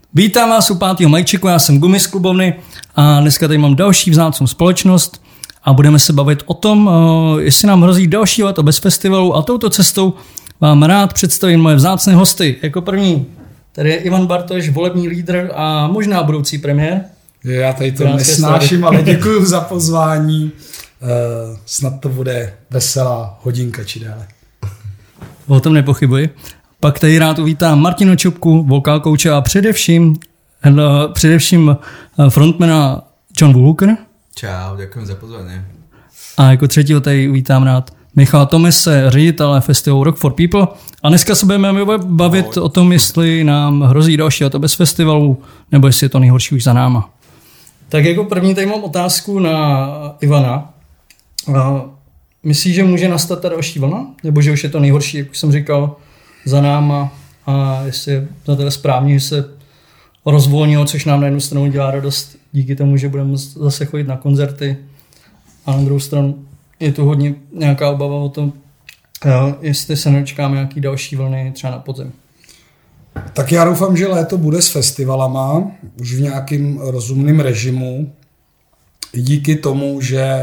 Vítám vás u 5. Majčeku, já jsem Gumi z klubovny a dneska tady mám další vzácnou společnost a budeme se bavit o tom, jestli nám hrozí další leto bez festivalu a touto cestou vám rád představím moje vzácné hosty. Jako první tady je Ivan Bartoš, volební lídr a možná budoucí premiér. Já tady to nesnáším, ale děkuji za pozvání. Snad to bude veselá hodinka či dále. O tom nepochybuji. Pak tady rád uvítám Martina Čupku, vokál kouče a především frontmana John Walker. Čau, děkuji za pozvání. A jako třetího tady uvítám rád Michala Tomese, ředitele festivalu Rock for People. A dneska se budeme bavit o tom, jestli nám hrozí další leto bez festivalu, nebo jestli je to nejhorší už za náma. Tak jako první tady mám otázku na Ivana. Myslíš, že může nastat ta další vlna? Nebo že už je to nejhorší, jak už jsem říkal, za náma? A jestli je za to správně, že se rozvolnilo, což nám na jednu stranu dělá radost díky tomu, že budeme zase chodit na koncerty. A na druhou stranu je tu hodně nějaká obava o tom, jestli se nedočkáme nějaký další vlny třeba na podzim. Tak já doufám, že léto bude s festivalama, už v nějakým rozumným režimu. I díky tomu, že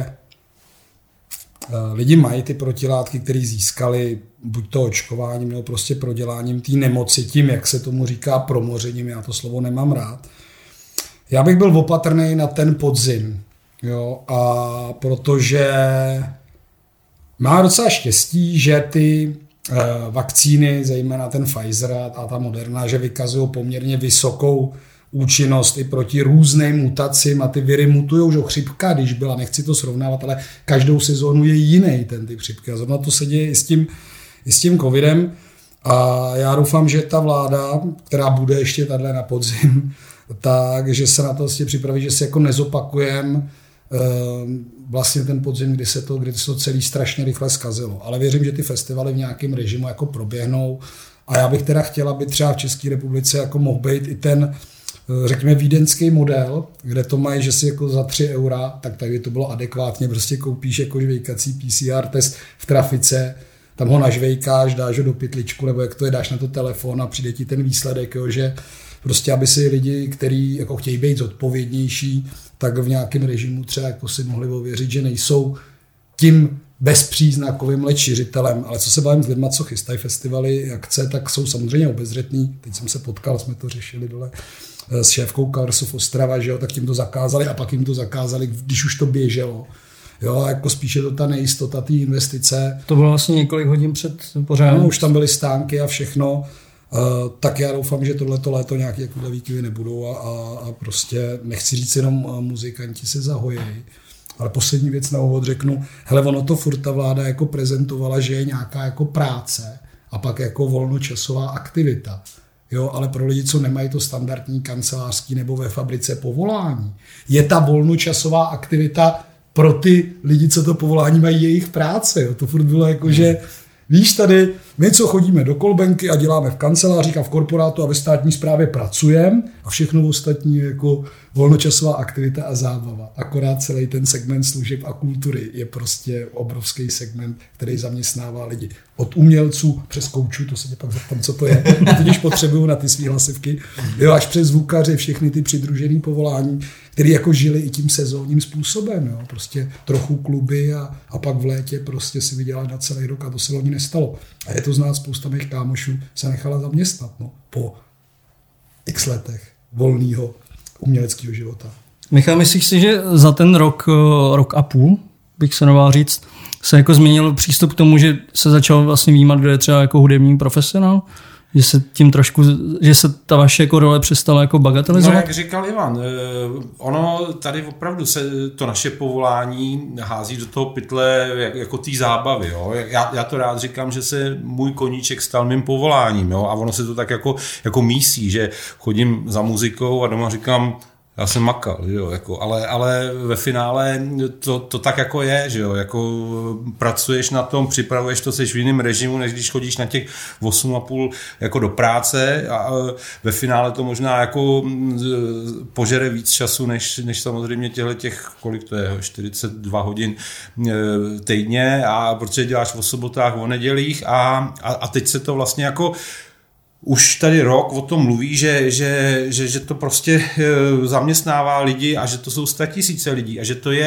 lidi mají ty protilátky, které získali buď to očkováním, nebo prostě proděláním té nemoci, tím, jak se tomu říká, promořením, já to slovo nemám rád. Já bych byl opatrný na ten podzim, jo, a protože má docela štěstí, že ty vakcíny, zejména ten Pfizer a ta Moderna, že vykazují poměrně vysokou účinnost i proti různým mutacím a ty viry mutujou, že chřipka, když byla, nechci to srovnávat, ale každou sezónu je jiný ten typ chřipky. A zrovna to se děje i s tím covidem. A já doufám, že ta vláda, která bude ještě tady na podzim, takže se na to vlastně připraví, že se jako nezopakujeme vlastně ten podzim, kdy se to celý strašně rychle zkazilo. Ale věřím, že ty festivaly v nějakém režimu jako proběhnou. A já bych teda chtěla, aby třeba v České republice jako mohl být i ten, řekněme, vídeňský model, kde to mají, že si jako za 3 €, tak tady to bylo adekvátně, prostě koupíš jako žvejkací PCR test v trafice, tam ho nažvejkáš, dáš ho do pytličku, nebo jak to je, dáš na to telefon a přijde ti ten výsledek, jo, že prostě, aby si lidi, kteří jako chtějí být zodpovědnější, tak v nějakém režimu třeba jako si mohli ověřit, že nejsou tím bezpříznakovým šiřitelem, ale co se bavím s lidma, co chystají festivaly, akce, tak jsou samozřejmě obezřetní. Teď jsem se potkal, jsme to řešili dole s šéfkou Colors Ostrava, že jo, tak jim to zakázali a pak jim to zakázali, když už to běželo. Jo, a jako spíše to ta nejistota, ty investice. To bylo vlastně několik hodin před pořádem. No, už tam byly stánky a všechno. Tak já doufám, že tohleto léto nějaké jako výkyvy nebudou a prostě nechci říct jenom muzikanti se zahojejí. Ale poslední věc na úvod řeknu, hele, ono to furt ta vláda jako prezentovala, že je nějaká jako práce a pak jako volnočasová aktivita. Jo, ale pro lidi, co nemají to standardní kancelářský nebo ve fabrice povolání, je ta volnočasová aktivita pro ty lidi, co to povolání mají, jejich práce. Jo. To furt bylo jako, že víš, tady my, co chodíme do kolbenky a děláme v kancelářích a v korporátu a ve státní správě pracujeme a všechno ostatní je jako volnočasová aktivita a zábava. Akorát celý ten segment služeb a kultury je prostě obrovský segment, který zaměstnává lidi. Od umělců přes koučů, to se tě pak zeptám, co to je, když potřebuju na ty svý hlasivky, jo, až přes zvukaře, všechny ty přidružený povolání, který jako žili i tím sezónním způsobem. Jo. Prostě trochu kluby a pak v létě prostě si vydělali na celý rok a to se loni nestalo. A je to znát, spousta mých kámošů se nechala zaměstnat po x letech volného uměleckého života. Michal, myslíš si, že za ten rok a půl, bych se noval říct, se jako změnil přístup k tomu, že se začal vlastně vnímat, kdo je třeba jako hudební profesionál? Že se tím trošku, že se ta vaše jako role přestala jako bagatelizovat? No, jak říkal Ivan, ono tady opravdu se to naše povolání hází do toho pytle jako té zábavy. Jo? Já to rád říkám, že se můj koníček stal mým povoláním, jo? A ono se to tak jako mísí, že chodím za muzikou a doma říkám, já jsem makal, jo, jako, ale ve finále to tak jako je, že jo, jako pracuješ na tom, připravuješ to, seš v jiném režimu, než když chodíš na těch 8,5 jako do práce a ve finále to možná jako požere víc času, než samozřejmě těch, kolik to je, 42 hodin týdně a protože děláš o sobotách, o nedělích a teď se to vlastně jako už tady rok o tom mluví, že to prostě zaměstnává lidi a že to jsou 100 000 lidí a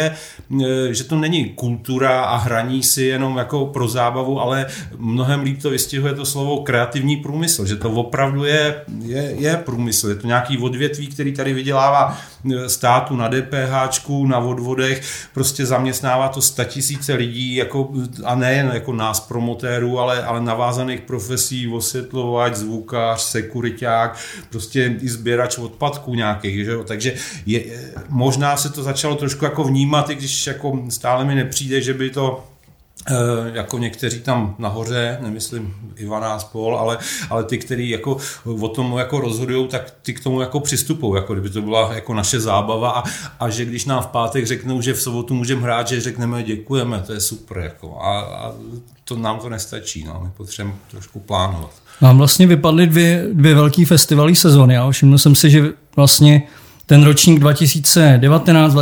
že to není kultura a hraní si jenom jako pro zábavu, ale mnohem líp to vystihuje to slovo kreativní průmysl, že to opravdu je průmysl, je to nějaký odvětví, který tady vydělává státu na DPHčku, na odvodech, prostě zaměstnává to 100 000 lidí jako, a nejen jako nás promotérů, ale navázaných profesí, osvětlovač, zvukař, sekuriťák, prostě i sběrač odpadků nějakých, že jo? Takže možná se to začalo trošku jako vnímat, i když jako stále mi nepřijde, že by to jako někteří tam nahoře, nemyslím Ivana spol, ale ty, kteří jako o tom jako rozhodujou, tak ty k tomu jako přistupují, jako kdyby to byla jako naše zábava a že když nám v pátek řeknou, že v sobotu můžeme hrát, že řekneme děkujeme, to je super, jako a to nám to nestačí, no, my potřebujeme trošku plánovat. Vám vlastně vypadly dvě velký festivalové sezóny, a všiml jsem si, že vlastně ten ročník 2019,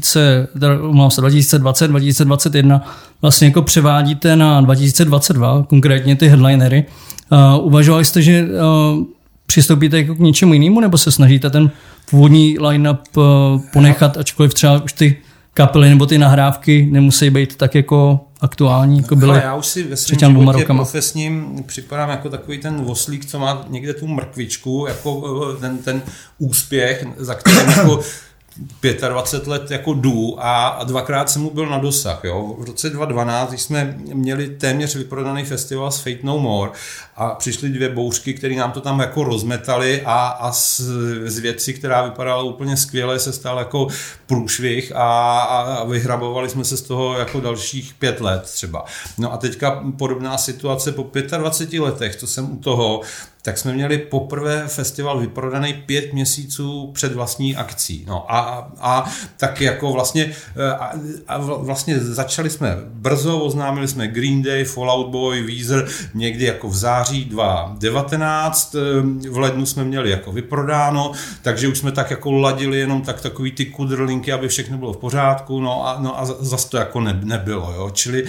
2020, 2021 vlastně jako převádíte na 2022, konkrétně ty headlinery. Uvažovali jste, že přistoupíte jako k něčemu jinému, nebo se snažíte ten původní line-up ponechat, ačkoliv třeba už ty kapely nebo ty nahrávky nemusí být tak jako aktuální, jako byly. Já už si ve svém životě profesním připadám jako takový ten voslík, co má někde tu mrkvičku, jako ten úspěch, za kterým jako 25 let jako jdu a dvakrát jsem mu byl na dosah. Jo. V roce 2012, když jsme měli téměř vyprodaný festival s Fate No More a přišly 2 bouřky, které nám to tam jako rozmetali a z věci, která vypadala úplně skvěle, se stal jako průšvih a vyhrabovali jsme se z toho jako dalších 5 let třeba. No a teďka podobná situace po 25 letech, co jsem u toho, tak jsme měli poprvé festival vyprodaný 5 měsíců před vlastní akcí. No a tak jako vlastně začali jsme brzo, oznámili jsme Green Day, Fall Out Boy, Weezer někdy jako v září 2019, v lednu jsme měli jako vyprodáno, takže už jsme tak jako ladili jenom takový ty kudrlinky, aby všechno bylo v pořádku, no a zase to jako nebylo, jo.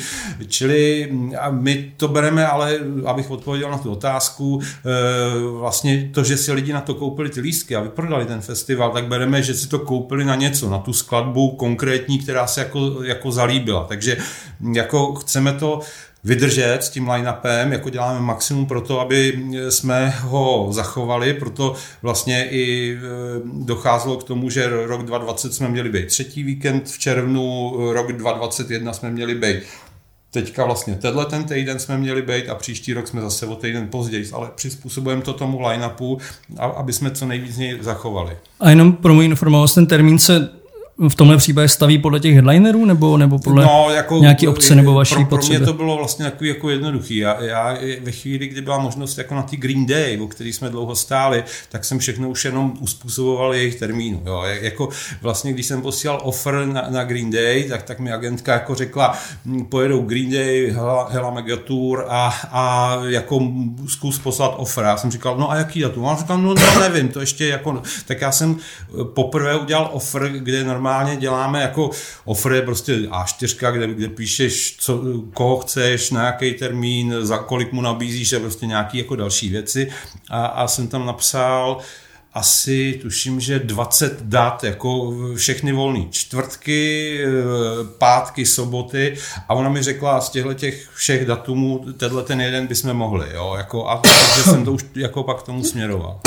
Čili a my to bereme, ale abych odpověděl na tu otázku, vlastně to, že si lidi na to koupili ty lístky a vyprodali ten festival, tak bereme, že si to koupili na něco, na tu skladbu konkrétní, která se jako zalíbila. Takže jako chceme to vydržet s tím line-upem, jako děláme maximum pro to, aby jsme ho zachovali, proto vlastně i docházelo k tomu, že rok 2020 jsme měli být 3. víkend v červnu, rok 2021 jsme měli být teďka vlastně ten týden jsme měli být a příští rok jsme zase o týden později, ale přizpůsobujeme to tomu line-upu, aby jsme co nejvíc něj zachovali. A jenom pro můj informalost, ten termín se v tomhle případě staví podle těch headlinerů nebo podle nějaký obce nebo vaší potřeby? Pro mě to bylo vlastně takový jako jednoduchý. Já ve chvíli, kdy byla možnost jako na ty Green Day, o který jsme dlouho stáli, tak jsem všechno už jenom uspůsoboval jejich termínu. Jo. Jako vlastně, když jsem posílal offer na Green Day, tak mi agentka jako řekla, pojedou Green Day, Hela Megatour a jako zkus poslat offer. Já jsem říkal, no a jaký datum? A on říkal, no nevím, to ještě jako... Tak já jsem poprvé udělal offer, kde normálně děláme jako offer, prostě A4, kde píšeš, koho chceš, na jaký termín, za kolik mu nabízíš a prostě nějaký jako další věci. A jsem tam napsal asi, tuším, že 20 dat, jako všechny volný čtvrtky, pátky, soboty a ona mi řekla, z těch všech datumů, ten jeden bychom mohli, jo, jako, a takže jsem to už jako pak tomu směroval.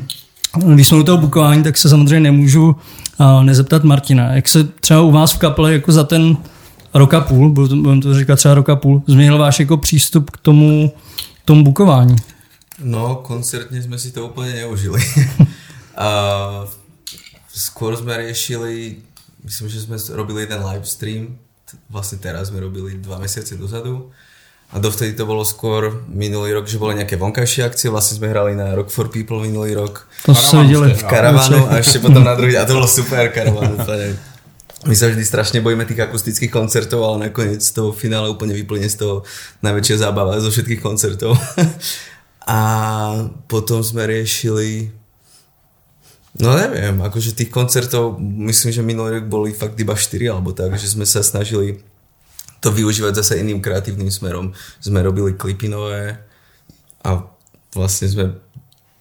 Když jsme u toho bukování, tak se samozřejmě nemůžu nezeptat Martina. Jak se třeba u vás v kapele jako za ten rok a půl, budeme to říkat třeba rok a půl, změnil váš jako přístup k tomu bukování? No, koncertne sme si to úplne neužili. Skôr sme riešili, myslím, že sme robili jeden live stream, vlastne teraz sme robili 2 mesiace dozadu. A dovtedy to bolo skôr minulý rok, že boli nejaké vonkajšie akcie, vlastne sme hrali na Rock for People minulý rok. To sme videli v Karavanu a ešte potom na druhý, a to bolo super Karavan úplne. My sa vždy strašne bojíme tých akustických koncertov, ale nakoniec z toho finále úplne vyplyne z toho najväčšia zábava zo všetkých koncertov. A potom sme riešili, no neviem, akože tých koncertov, myslím, že minulý rok boli fakt iba 4 alebo tak, že sme sa snažili to využívať zase iným kreatívnym smerom. Sme robili klipy nové a vlastne sme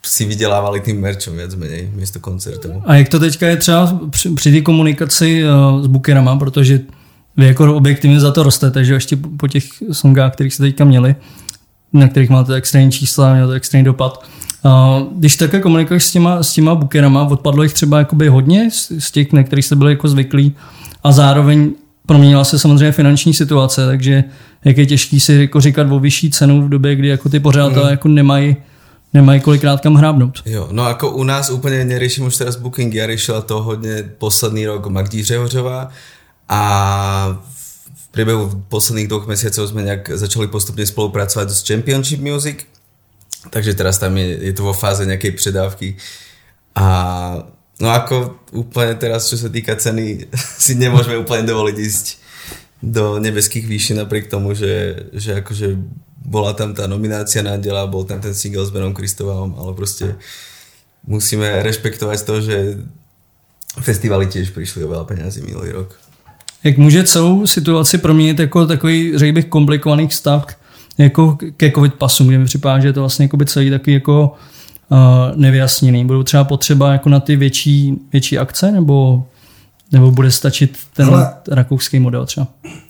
si vydělávali tým merčom viac menej místo koncertů. A jak to teďka je třeba při té komunikaci s bookerama, protože vy jako objektivně za to rostete, že ještě po těch songách, kterých jste teďka měli, na kterých máte extrémní čísla, měl to extrémní dopad. Když také komunikuješ s těma bookerama, odpadlo jich třeba jakoby hodně z těch, na kterých jste byli jako zvyklí a zároveň proměnila se samozřejmě finanční situace, takže jak je těžký si jako říkat o vyšší cenu v době, kdy jako ty pořádatelé jako nemají kolikrát kam hrábnout. Jo, no ako u nás úplne neriešim už teraz booking, ja riešila to hodne posledný rok Magdí Řehořová a v priebehu posledných 2 mesiacov sme nejak začali postupne spolupracovať s Championship Music, takže teraz tam je to vo fáze nejakej predávky a no ako úplne teraz, čo sa týka ceny, si nemôžeme úplne dovoliť ísť do nebeských výšin napriek tomu, že akože bola tam tá nominácia na Anděla, bol tam ten single s Benom Kristovalom, ale proste musíme rešpektovať to, že festivaly tiež prišli o veľa peňazí minulý rok. Jak může celou situaci proměnit jako takový, řekl bych, komplikovaný vztah jako ke covid pasu, kde mi připadá, že je to vlastně jako by celý takový jako nevyjasněný. Budou třeba potřeba jako na ty větší akce, nebo bude stačit ten rakouský model třeba?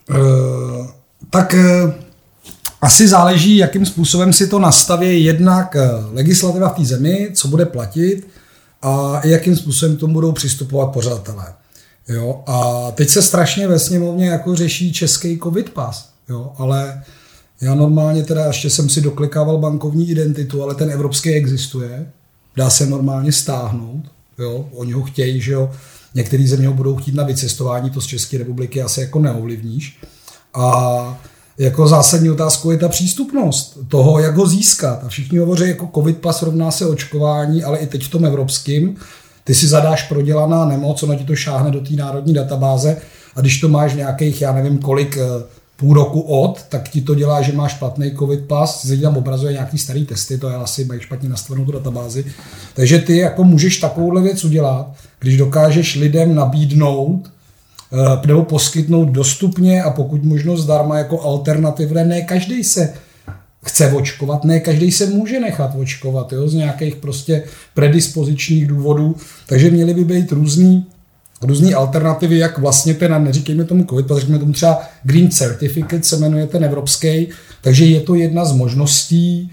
Asi záleží, jakým způsobem si to nastaví jednak legislativa v té zemi, co bude platit a jakým způsobem k tomu budou přistupovat pořadatelé. Jo? A teď se strašně ve sněmovně jako řeší český covid pas, jo? Ale já normálně teda ještě jsem si doklikával bankovní identitu, ale ten evropský existuje, dá se normálně stáhnout, jo? Oni ho chtějí, že jo? Některý země ho budou chtít na vycestování, to z České republiky asi jako neovlivníš. A jako zásadní otázkou je ta přístupnost toho, jak ho získat. A všichni hovoří, jako covid pas rovná se očkování, ale i teď v tom evropském. Ty si zadáš prodělaná nemoc, ona ti to šáhne do té národní databáze a když to máš nějakých, já nevím kolik, půl roku tak ti to dělá, že máš špatný covid pas, se tam obrazuje nějaký starý testy, to je asi mají špatně nastavenou tu databázi. Takže ty jako můžeš takovouhle věc udělat, když dokážeš lidem nabídnout nebo poskytnout dostupně a pokud možno zdarma jako alternativné. Ne každý se chce očkovat, ne každý se může nechat očkovat, jo, z nějakých prostě predispozičních důvodů, takže měly by být různý alternativy, jak vlastně ten, neříkejme tomu covid, řekněme tomu třeba Green Certificate se jmenuje ten evropský, takže je to jedna z možností,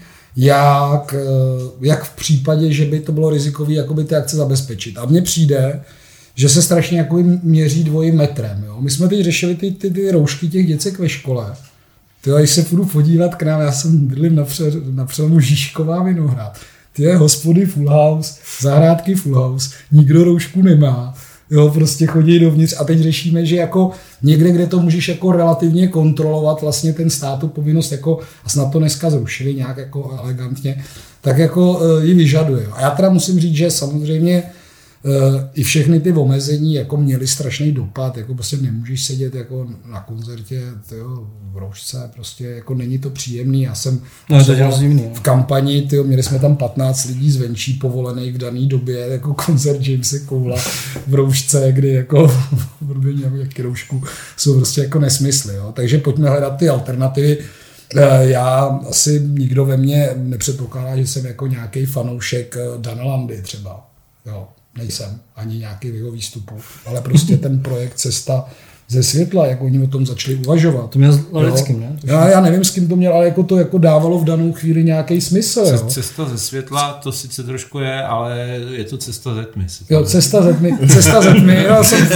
jak v případě, že by to bylo rizikový, jakoby ty akce zabezpečit. A mně přijde, že se strašně jako měří dvojím metrem. Jo. My jsme teď řešili ty roušky těch děcek ve škole. Když se půjdu podívat k nám, já jsem bydlím na přelomu Žižková Vinohrad. Ty hospody full house, zahrádky full house, nikdo roušku nemá. Jo, prostě chodí dovnitř a teď řešíme, že jako někde, kde to můžeš jako relativně kontrolovat, vlastně ten státu povinnost jako, a snad to dneska zrušili nějak jako elegantně, tak jako ji vyžaduje. A já teda musím říct, že samozřejmě i všechny ty omezení jako měly strašný dopad, jako prostě nemůžeš sedět jako na koncertě v roušce, prostě jako není to příjemný. Já jsem v kampani, měli jsme tam 15 lidí zvenčí povolených v dané době, jako koncert Jamese Coula v roušce, kdy jako nějaký roušku jsou prostě jako nesmysly. Jo. Takže pojďme hledat ty alternativy. Já asi nikdo ve mně nepředpokládá, že jsem jako nějaký fanoušek Dana Landy třeba. Jo. Nejsem ani nějaký jeho výstupu, ale prostě ten projekt Cesta ze světla, jak oni o tom začali uvažovat. To měl s Ladeckým, ne? Já nevím, s kým to měl, ale jako to jako dávalo v danou chvíli nějaký smysl. Jo? Cesta ze světla, to sice trošku je, ale je to Cesta ze tmy. Jo, Cesta ze tmy. Já jsem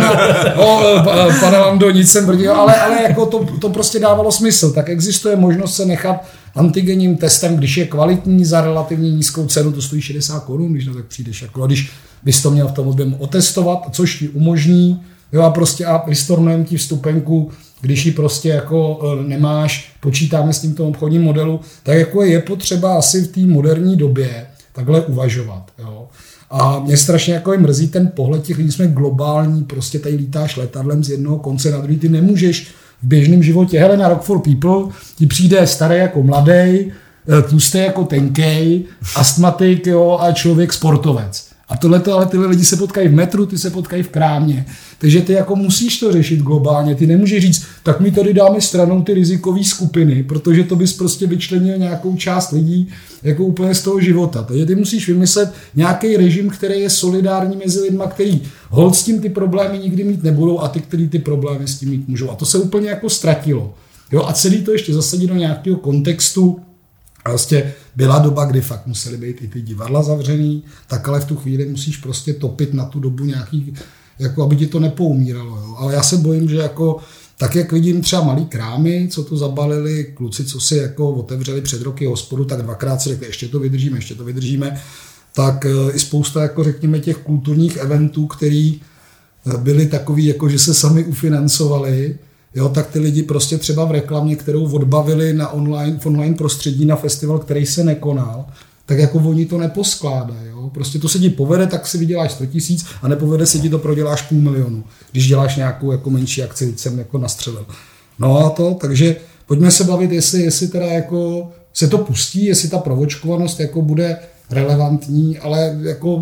pane Lando, nic jsem brdil, ale jako to prostě dávalo smysl. Tak existuje možnost se nechat antigenním testem, když je kvalitní za relativně nízkou cenu, to stojí 60 Kč, když tak přijdeš. Jako, když bys to měl v tom objemu otestovat, což ti umožní, jo, a prostě a vystornujeme ti vstupenku, když ji prostě jako nemáš, počítáme s tímto obchodním modelu, tak jako je potřeba asi v té moderní době takhle uvažovat. Jo. A mě strašně jako mrzí ten pohled těch lidí, jsme globální, prostě tady lítáš letadlem z jednoho konce na druhý, ty nemůžeš v běžném životě, hele, na Rock for People ti přijde starý jako mladý, tlustý jako tenkej, astmatik, jo, a člověk sportovec. A tohleto, ale tyhle lidi se potkají v metru, ty se potkají v krámě. Takže ty jako musíš to řešit globálně. Ty nemůžeš říct, tak my tady dáme stranou ty rizikové skupiny, protože to bys prostě vyčlenil nějakou část lidí jako úplně z toho života. Takže ty musíš vymyslet nějaký režim, který je solidární mezi lidma, který holt s tím ty problémy nikdy mít nebudou a ty, který ty problémy s tím mít můžou. A to se úplně jako ztratilo. Jo, a celý to ještě zasadí do nějakého kontextu. A vlastně byla doba, kdy fakt museli být i ty divadla zavřený, tak ale v tu chvíli musíš prostě topit na tu dobu nějaký, jako aby ti to nepoumíralo. Jo. Ale já se bojím, že jako tak, jak vidím třeba malý krámy, co tu zabalili, kluci, co si jako otevřeli před roky hospodu, tak dvakrát si řekli, ještě to vydržíme, tak i spousta, jako řekněme, těch kulturních eventů, který byly takový, jako že se sami ufinancovali, jo, tak ty lidi prostě třeba v reklamě, kterou odbavili v online prostředí na festival, který se nekonal, tak jako oni to neposkládají. Jo. Prostě to se ti povede, tak si vyděláš 100 000 a nepovede se ti to, proděláš 500 000, když děláš nějakou jako menší akci, jsem jako nastřelil. No a to, takže pojďme se bavit, jestli teda jako se to pustí, jestli ta provočkovanost jako bude relevantní, ale jako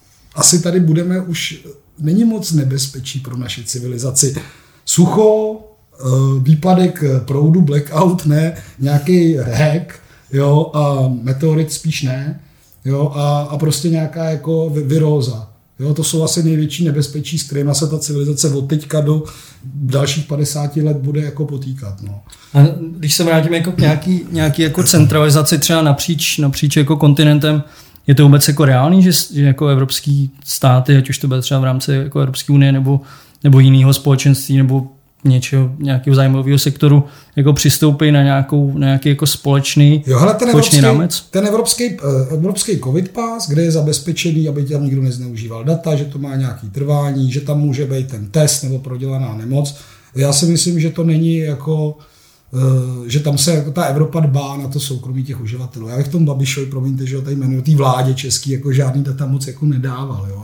asi tady budeme už, není moc nebezpečí pro naši civilizaci. Sucho, výpadek proudu, blackout, ne, nějaký hack, jo, a meteorit spíš ne, jo, a prostě nějaká jako viróza. Jo, to jsou asi největší nebezpečí, s kterými se ta civilizace od teďka do dalších 50 let bude jako potýkat. No. A když se vrátíme jako k nějaký jako centralizaci třeba napříč jako kontinentem, je to vůbec jako reálný, že jako evropský státy, ať už to bude třeba v rámci jako Evropské unie nebo jiného společenství nebo nějakého zájmového sektoru, jako přistoupí na nějaký jako společný rámec? Ten evropský covid pass, kde je zabezpečený, aby tam nikdo nezneužíval data, že to má nějaký trvání, že tam může být ten test nebo prodělaná nemoc. Já si myslím, že to není jako, že tam se jako ta Evropa dbá na to soukromí těch uživatelů. Já bych tomu Babišovi, promiňte, že ho tady jmenuji, té vládě český, jako žádný data moc jako nedával. Jo.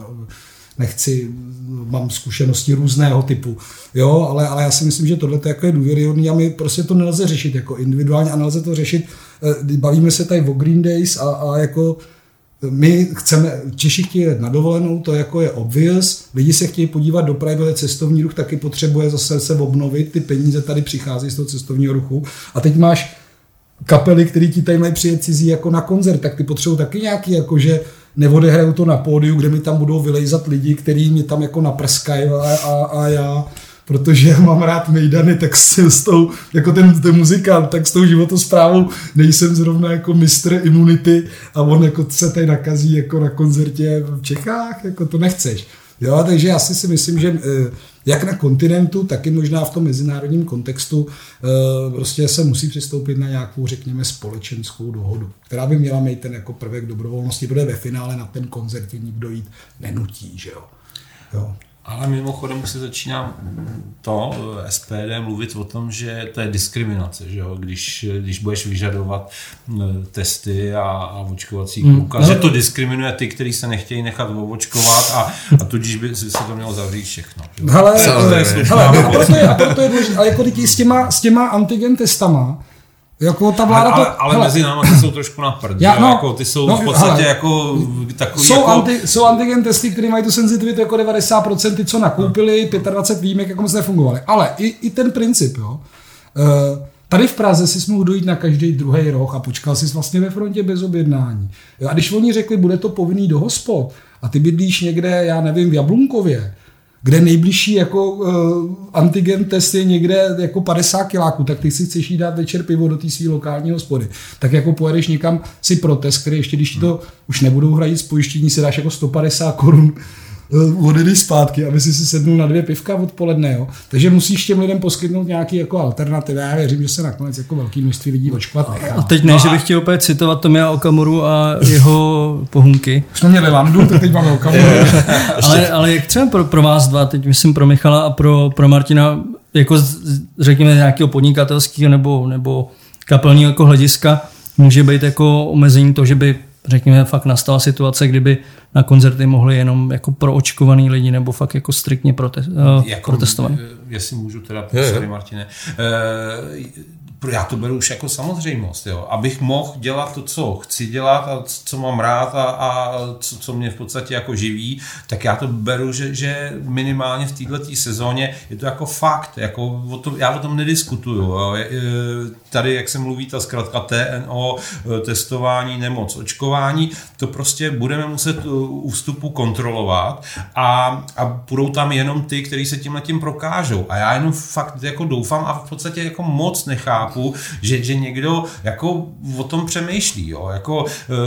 Mám zkušenosti různého typu, jo, ale já si myslím, že tohle jako je důvěryhodný a my prostě to nelze řešit jako individuálně a nelze to řešit, bavíme se tady o Green Days a jako my Češi chtějí jít na dovolenou, to jako je obvious, lidi se chtějí podívat do Prahy, protože cestovní ruch taky potřebuje zase se obnovit, ty peníze tady přicházejí z toho cestovního ruchu a teď máš kapely, který ti tady mají přijet cizí jako na koncert, tak ty potřebují taky nějaký, jakože neodehrajou to na pódiu, kde mi tam budou vylejzat lidi, kteří mě tam jako naprskají a já, protože mám rád mejdany, tak s tou, jako ten muzikant, tak s tou životosprávou nejsem zrovna jako mistr imunity a on jako se tady nakazí jako na koncertě v Čechách, jako to nechceš. Jo, takže já si myslím, že jak na kontinentu, tak i možná v tom mezinárodním kontextu prostě se musí přistoupit na nějakou, řekněme, společenskou dohodu, která by měla mít ten jako prvek dobrovolnosti, protože ve finále na ten koncert nikdo jít nenutí, že jo. Jo. Ale mimochodem už se začíná to SPD mluvit o tom, že to je diskriminace, že jo? Když budeš vyžadovat testy a očkovací průkaz, že to diskriminuje ty, kteří se nechtějí nechat očkovat a tudíž by se to mělo zavřít všechno. Hele, a proto je důležité, ale jako s těma antigen testama, jako ta vláda ale mezi náma ty jsou trošku na prd, jako ty jsou v podstatě jako takový jsou antigen testy, které mají tu senzitivitu jako 90%, ty, co nakoupili, 25 výjimek, jako moc nefungovaly. Ale i ten princip, jo. Tady v Praze si mohl dojít na každý druhý roh a počkal si vlastně ve frontě bez objednání. Jo, a když oni řekli, bude to povinný do hospod a ty bydlíš někde, já nevím, v Jablunkově, kde nejbližší jako antigen test je někde jako 50 kiláků, tak ty si chceš jít dát večer pivo do té svý lokální hospody. Tak jako pojedeš někam si pro test, který ještě když ti to už nebudou hradit z pojištění, si dáš jako 150 korun odjedy zpátky, aby si sednul na 2 pivka odpoledne. Jo. Takže musíš těm lidem poskytnout nějaký jako alternativy. Já věřím, že se nakonec jako velký množství lidí očkovat nechá. A teď ne, že bych chtěl opět citovat Tomia Okamuru a jeho pohunky. Už jsme měli Landu, tak teď máme Okamuru. ale jak třeba pro vás dva, teď myslím pro Michala a pro Martina, jako řekněme nějakého podnikatelského nebo kapelního jako hlediska, může být jako omezení to, že by řekněme, fakt nastala situace, kdyby na koncerty mohli jenom jako proočkovaný lidi nebo fakt jako striktně protestovaný. Jestli můžu teda, sorry Martine. já to beru už jako samozřejmost, jo. Abych mohl dělat to, co chci dělat a co mám rád a co mě v podstatě jako živí, tak já to beru, že minimálně v této sezóně je to jako fakt, jako já o tom nediskutuju. Jo. Tady, jak se mluví ta zkratka TNO, testování, nemoc, očkování, to prostě budeme muset u vstupu kontrolovat a budou tam jenom ty, kteří se tímhletím prokážou. A já jenom fakt jako doufám a v podstatě jako moc nechápu, že někdo jako o tom přemýšlí, jo? Jako,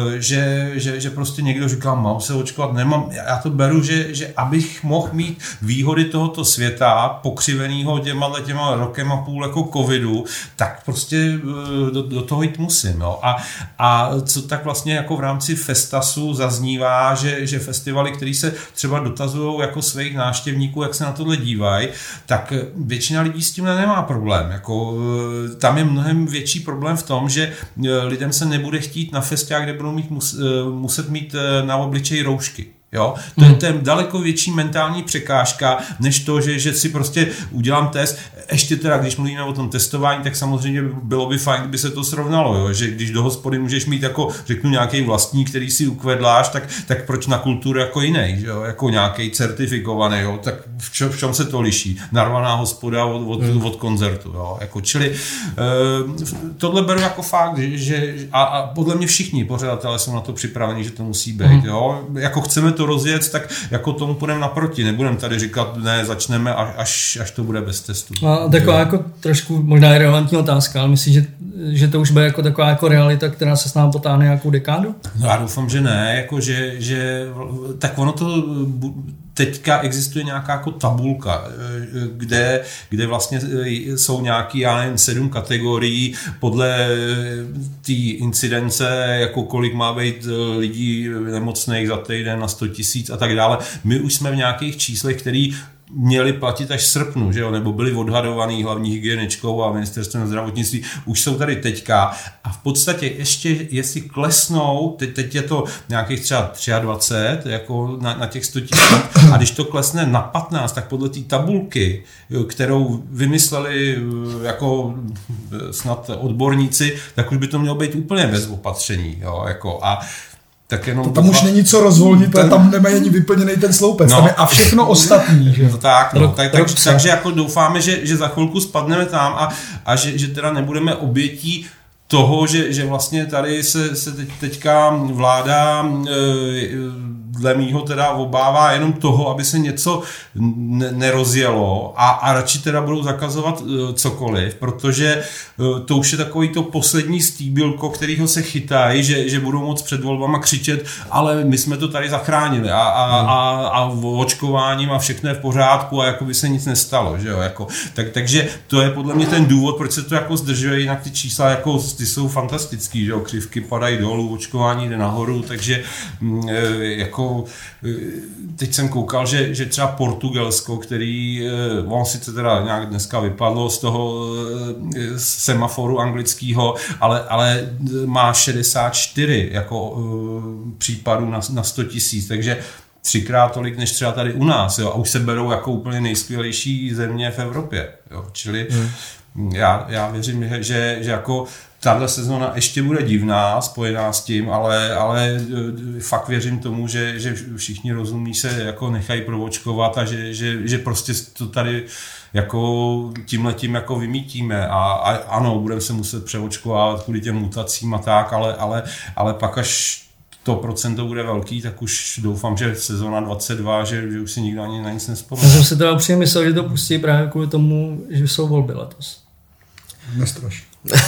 že prostě někdo říká, mám se očkovat, nemám. Já to beru, že abych mohl mít výhody tohoto světa pokřivenýho těma rokem a půl jako covidu, tak prostě do toho jít musím. Jo? A co tak vlastně jako v rámci Festasu zaznívá, že festivaly, který se třeba dotazují jako svých návštěvníků, jak se na tohle dívají, tak většina lidí s tím nemá problém. Jako, tam je mnohem větší problém v tom, že lidem se nebude chtít na festiák, kde budou muset mít na obličeji roušky. Jo? To je daleko větší mentální překážka, než to, že si prostě udělám test. Ještě teda, když mluvíme o tom testování, tak samozřejmě bylo by fajn, kdyby se to srovnalo, jo? Že když do hospody můžeš mít jako, řeknu, nějaký vlastní, který si ukvedláš, tak proč na kulturu jako jiný, jo? Jako nějaký certifikovaný, jo? Tak v čem se to liší? Narvaná hospoda od koncertu, jo? Jako, čili tohle beru jako fakt, že a podle mě všichni pořadatelé jsou na to připraveni, že to musí být, jo? Jako chceme to rozjet, tak jako tomu půjdeme naproti. Nebudeme tady říkat, ne, začneme, až to bude bez testu. A taková jako trošku možná relevantní otázka, ale myslíš, že to už bude jako taková jako realita, která se s námi potáhne nějakou dekádu? No já doufám, že ne, jako že tak ono to teďka existuje nějaká jako tabulka, kde vlastně jsou nějaký, já nevím, 7 kategorií podle té incidence, jako kolik má být lidí nemocných za týden na 100 000 a tak dále. My už jsme v nějakých číslech, který měli platit až v srpnu, že jo? Nebo byli odhadovaný hlavní hygieničkou a ministerstvem zdravotnictví, už jsou tady teďka a v podstatě ještě, jestli klesnou, teď je to nějakých třeba 23, jako na těch 100 000, a když to klesne na 15, tak podle té tabulky, kterou vymysleli jako snad odborníci, tak už by to mělo být úplně bez opatření, jo? Jako tak jenom to tam už není co rozvolnit, tam nemají ani vyplněný ten sloupec. Tam je a všechno ostatní. Že? Takže jako doufáme, že za chvilku spadneme tam a že teda nebudeme obětí toho, že vlastně tady se teďka vláda dle mýho teda obává jenom toho, aby se něco nerozjelo a radši teda budou zakazovat cokoliv, protože to už je takový to poslední stýbylko, kterýho se chytají, že budou moc před volbama křičet, ale my jsme to tady zachránili a očkováním a všechno je v pořádku a jako by se nic nestalo, že jo, jako, takže to je podle mě ten důvod, proč se to jako zdržuje, jinak ty čísla jako ty jsou fantastický, že jo, křivky padají dolů, očkování jde nahoru, takže jako teď jsem koukal, že třeba Portugalsko, který on sice teda nějak dneska vypadlo z toho semaforu anglického, ale má 64 jako případů na 100 000, takže 3x tolik, než třeba tady u nás, jo, a už se berou jako úplně nejskvělejší země v Evropě, jo, čili já věřím, že jako tahle sezóna ještě bude divná, spojená s tím, ale fakt věřím tomu, že všichni rozumí se jako nechají proočkovat a že prostě to tady jako tímhletím jako vymítíme a ano, budeme se muset přeočkovávat kvůli těm mutacím a tak, ale pak až to procento bude velký, tak už doufám, že sezóna 22, že už si nikdo ani na nic nespomene. Já jsem si teda upřímně myslel, že to pustí právě kvůli tomu, že jsou volby letos. Nestraš.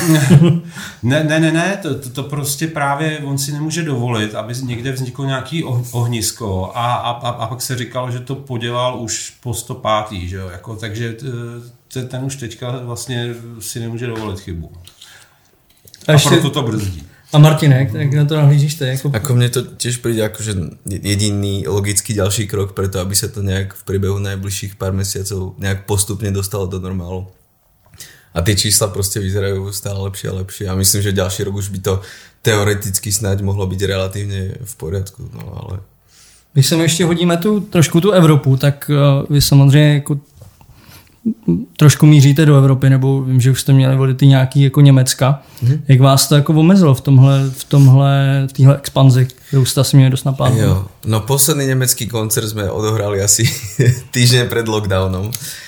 Ne, to prostě právě on si nemůže dovolit, aby někde vzniklo nějaký ohnisko a pak se říkalo, že to podělal už po 105. Že jo? Jako, takže ten už teďka vlastně si nemůže dovolit chybu. A proto to brzdí. A Martine, jak na to nahlížíš ty? Ako mne to tiež príde akože jediný logický ďalší krok preto, aby sa to nejak v priebehu najbližších pár mesiacov nejak postupne dostalo do normálu. A tie čísla proste vyzerajú stále lepšie a lepšie a myslím, že ďalší rok už by to teoreticky snáď mohlo byť relatívne v poriadku, no ale... Když se ještě hodíme trošku tu Evropu, tak vy samozřejmě jako trošku míříte do Evropy, nebo vím, že už jste měli volity nějaký jako Německa. Jak vás to jako omezilo v téhle expanzi, kterou jste asi měli dost naplánovat? Jo, no posledný německý koncert jsme odohrali asi týždeň pred lockdownom.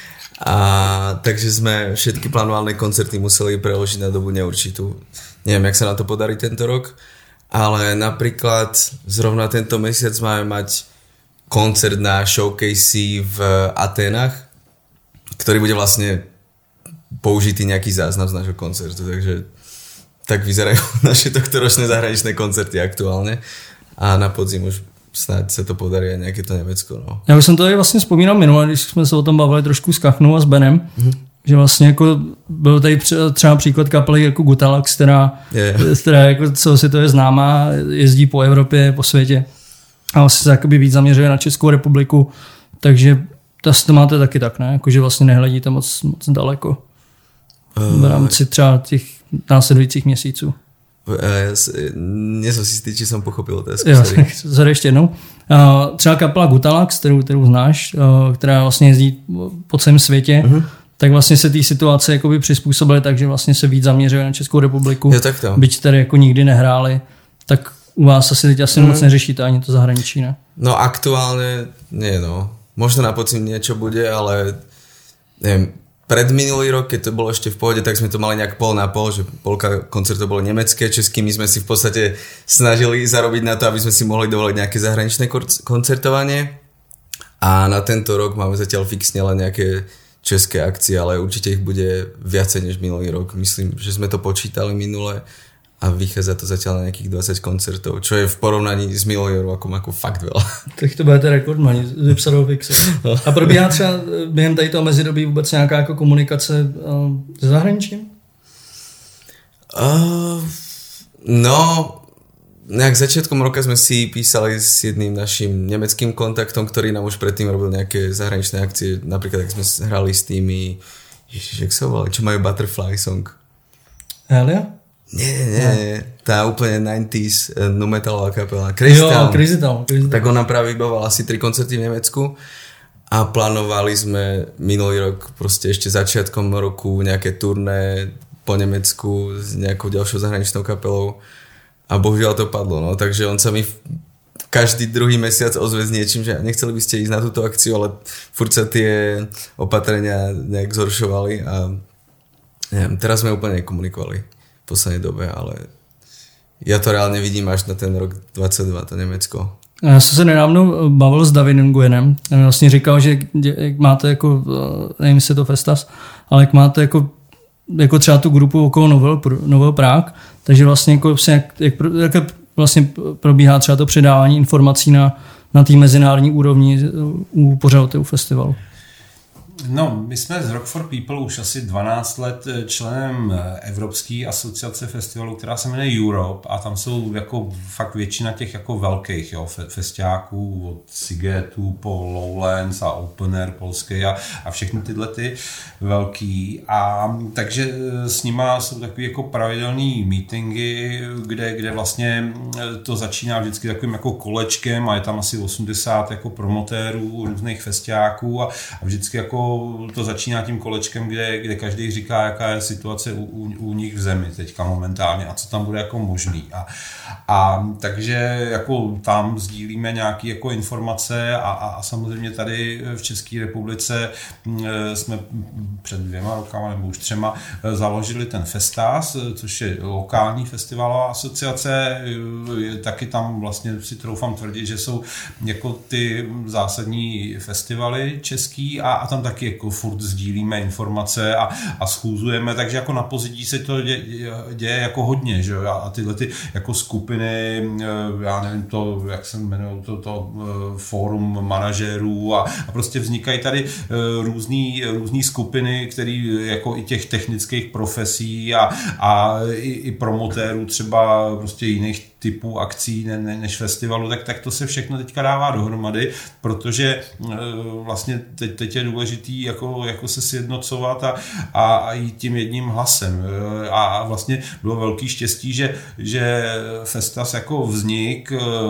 A takže sme všetky plánované koncerty museli preložiť na dobu neurčitú. Neviem, jak sa na to podarí tento rok, ale napríklad zrovna tento mesiac máme mať koncert na showcase v Aténach, ktorý bude vlastne použitý nejaký záznam z nášho koncertu, takže tak vyzerajú naše tohtoročné zahraničné koncerty aktuálne a na podzim už snad se to podarí a nějaké to Německo. No. Já už jsem to tady vlastně vzpomínal minule, když jsme se o tom bavili trošku s Kachnou a s Benem, že vlastně jako byl tady třeba příklad kapely jako Gutalax, která jako celosvětově známá, jezdí po Evropě, po světě a vlastně se jakoby víc zaměřuje na Českou republiku, takže to máte taky tak, ne? Jako, že vlastně nehledíte moc daleko v rámci třeba těch následujících měsíců. Nie som si istý, či som pochopil otázku. Jo, sorry ještě jednou. Třeba kapela Gutalax, kterou znáš, která vlastně jezdí po celém světě, tak vlastně se té situace jakoby přizpůsobily tak, že vlastně se víc zaměřuje na Českou republiku. Jo, tak to. Byť tady jako nikdy nehráli, tak u vás asi teď asi moc neřešíte ani to zahraničí, ne? No aktuálne nie, no. Možno na podzim niečo bude, ale neviem, pred minulý rok, keď to bolo ešte v pohode, tak sme to mali nejak pol na pol, že polka koncertov bolo nemecké, český, my sme si v podstate snažili zarobiť na to, aby sme si mohli dovoliť nejaké zahraničné koncertovanie a na tento rok máme zatiaľ fixne len nejaké české akcie, ale určite ich bude viacej než minulý rok. Myslím, že sme to počítali minule a vychádza to zatiaľ na nejakých 20 koncertov, čo je v porovnaní s minulým rokom ako fakt veľa. Tak to budete rekordmani, vypsadou Vixy. A probíhá třeba během tady toho mezidobí vůbec nějaká jako komunikace se zahraničím? No, nejak začiatkom roka sme si písali s jedným našim nemeckým kontaktom, ktorý nám už predtým robil nejaké zahraničné akcie, napríklad jak sme hrali s tými, ježiš, jak sa volali, čo majú Butterfly Song? Helia? Nie, tá úplne 90s nu metalová kapela. Crazy Town. Tak on nám práve vyboval asi 3 koncerty v Nemecku a plánovali sme minulý rok proste ešte začiatkom roku nejaké turné po Nemecku s nejakou ďalšou zahraničnou kapelou a bohužiaľ to padlo, no, takže on sa mi každý druhý mesiac ozve s niečím, že nechceli by ste ísť na túto akciu, ale furt sa tie opatrenia nejak zhoršovali a neviem, teraz sme úplne nekomunikovali v poslednej dobe, ale ja to reálne vidím až na ten rok 22, to Německo. Já jsem se nedávno bavil s Davidem Nguyenem. On vlastně říkal, že jak máte jako, nevím, jestli je to Festas, ale jak máte jako třeba tu grupu okolo Novel Prague, takže vlastně jak vlastně probíhá třeba to předávání informací na té mezinárodní úrovni u pořadatelů festivalu. No, my jsme z Rock for People už asi 12 let členem Evropské asociace festivalů, která se jmenuje Europe a tam jsou jako fakt většina těch jako velkých festiáků od Sigetu po Lowlands a Open Air polský a všechny tyhle ty velký a takže s nima jsou takový jako pravidelný meetingy, kde vlastně to začíná vždycky takovým jako kolečkem a je tam asi 80 jako promotérů různých festiáků a vždycky jako to začíná tím kolečkem, kde každý říká, jaká je situace u nich v zemi teďka momentálně a co tam bude jako možný. A takže jako tam sdílíme nějaké jako informace a samozřejmě tady v České republice jsme před 2 rokama nebo už 3 založili ten Festas, což je lokální festivalová asociace. Taky tam vlastně si troufám tvrdit, že jsou jako ty zásadní festivaly český a tam taky jako furt sdílíme informace a schůzujeme, takže jako na pozadí se to děje jako hodně, že jo, a tyhle ty jako skupiny, já nevím to, jak se jmenují, to fórum manažerů a prostě vznikají tady různý skupiny, který jako i těch technických profesí a i promotérů třeba prostě jiných typů akcí než festivalu, tak to se všechno teďka dává dohromady, protože vlastně teď je důležitý jako se sjednocovat a jít tím jedním hlasem. A vlastně bylo velký štěstí, že Festas jako vznik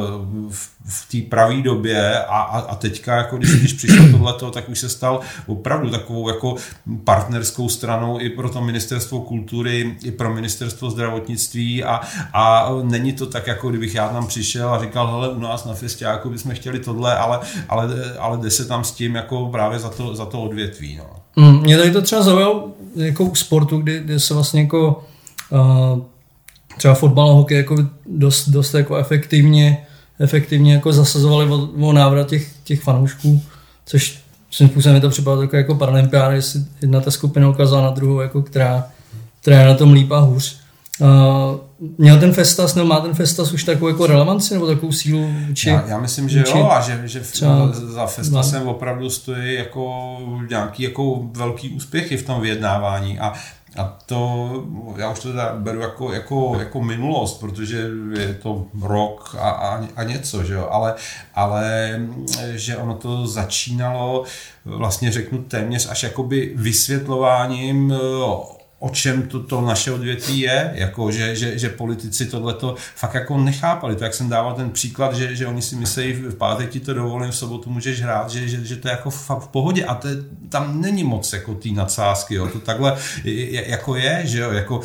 v té pravé době a teďka, jako když přišlo tohleto, tak už se stal opravdu takovou jako partnerskou stranou i pro to ministerstvo kultury, i pro ministerstvo zdravotnictví a není to tak, jako kdybych já tam přišel a říkal, hele, u nás na festiáku bychom chtěli tohle, ale jde se tam s tím jako právě za to odvětví. No. Mě tady to třeba zaujalo jako u sportu, kdy se vlastně jako třeba fotbal a hokej jako dost jako efektivně jako zasazovali o návrat těch fanoušků, což svým způsobem je to připadalo takové jako paralympiáda, jestli jedna ta skupina ukázala na druhou, jako která je na tom líp a hůř. Měl ten Festas, nebo má ten Festas už takovou jako relevanci nebo takovou sílu? Já myslím, že jo, a že za Festasem opravdu stojí jako nějaký jako velký úspěchy v tom vyjednávání a to, já už to teda beru jako minulost, protože je to rok a něco, že jo, ale že ono to začínalo vlastně řeknu téměř až jakoby vysvětlováním, o čem to naše odvětví je, jako že politici tohleto fakt jako nechápali. To, jak jsem dával ten příklad, že oni si myslí, v pátek ti to dovolím, v sobotu můžeš hrát, že to je jako fakt v pohodě a tam není moc jako tý nadsázky, jo. To takhle jako je, že jo, jako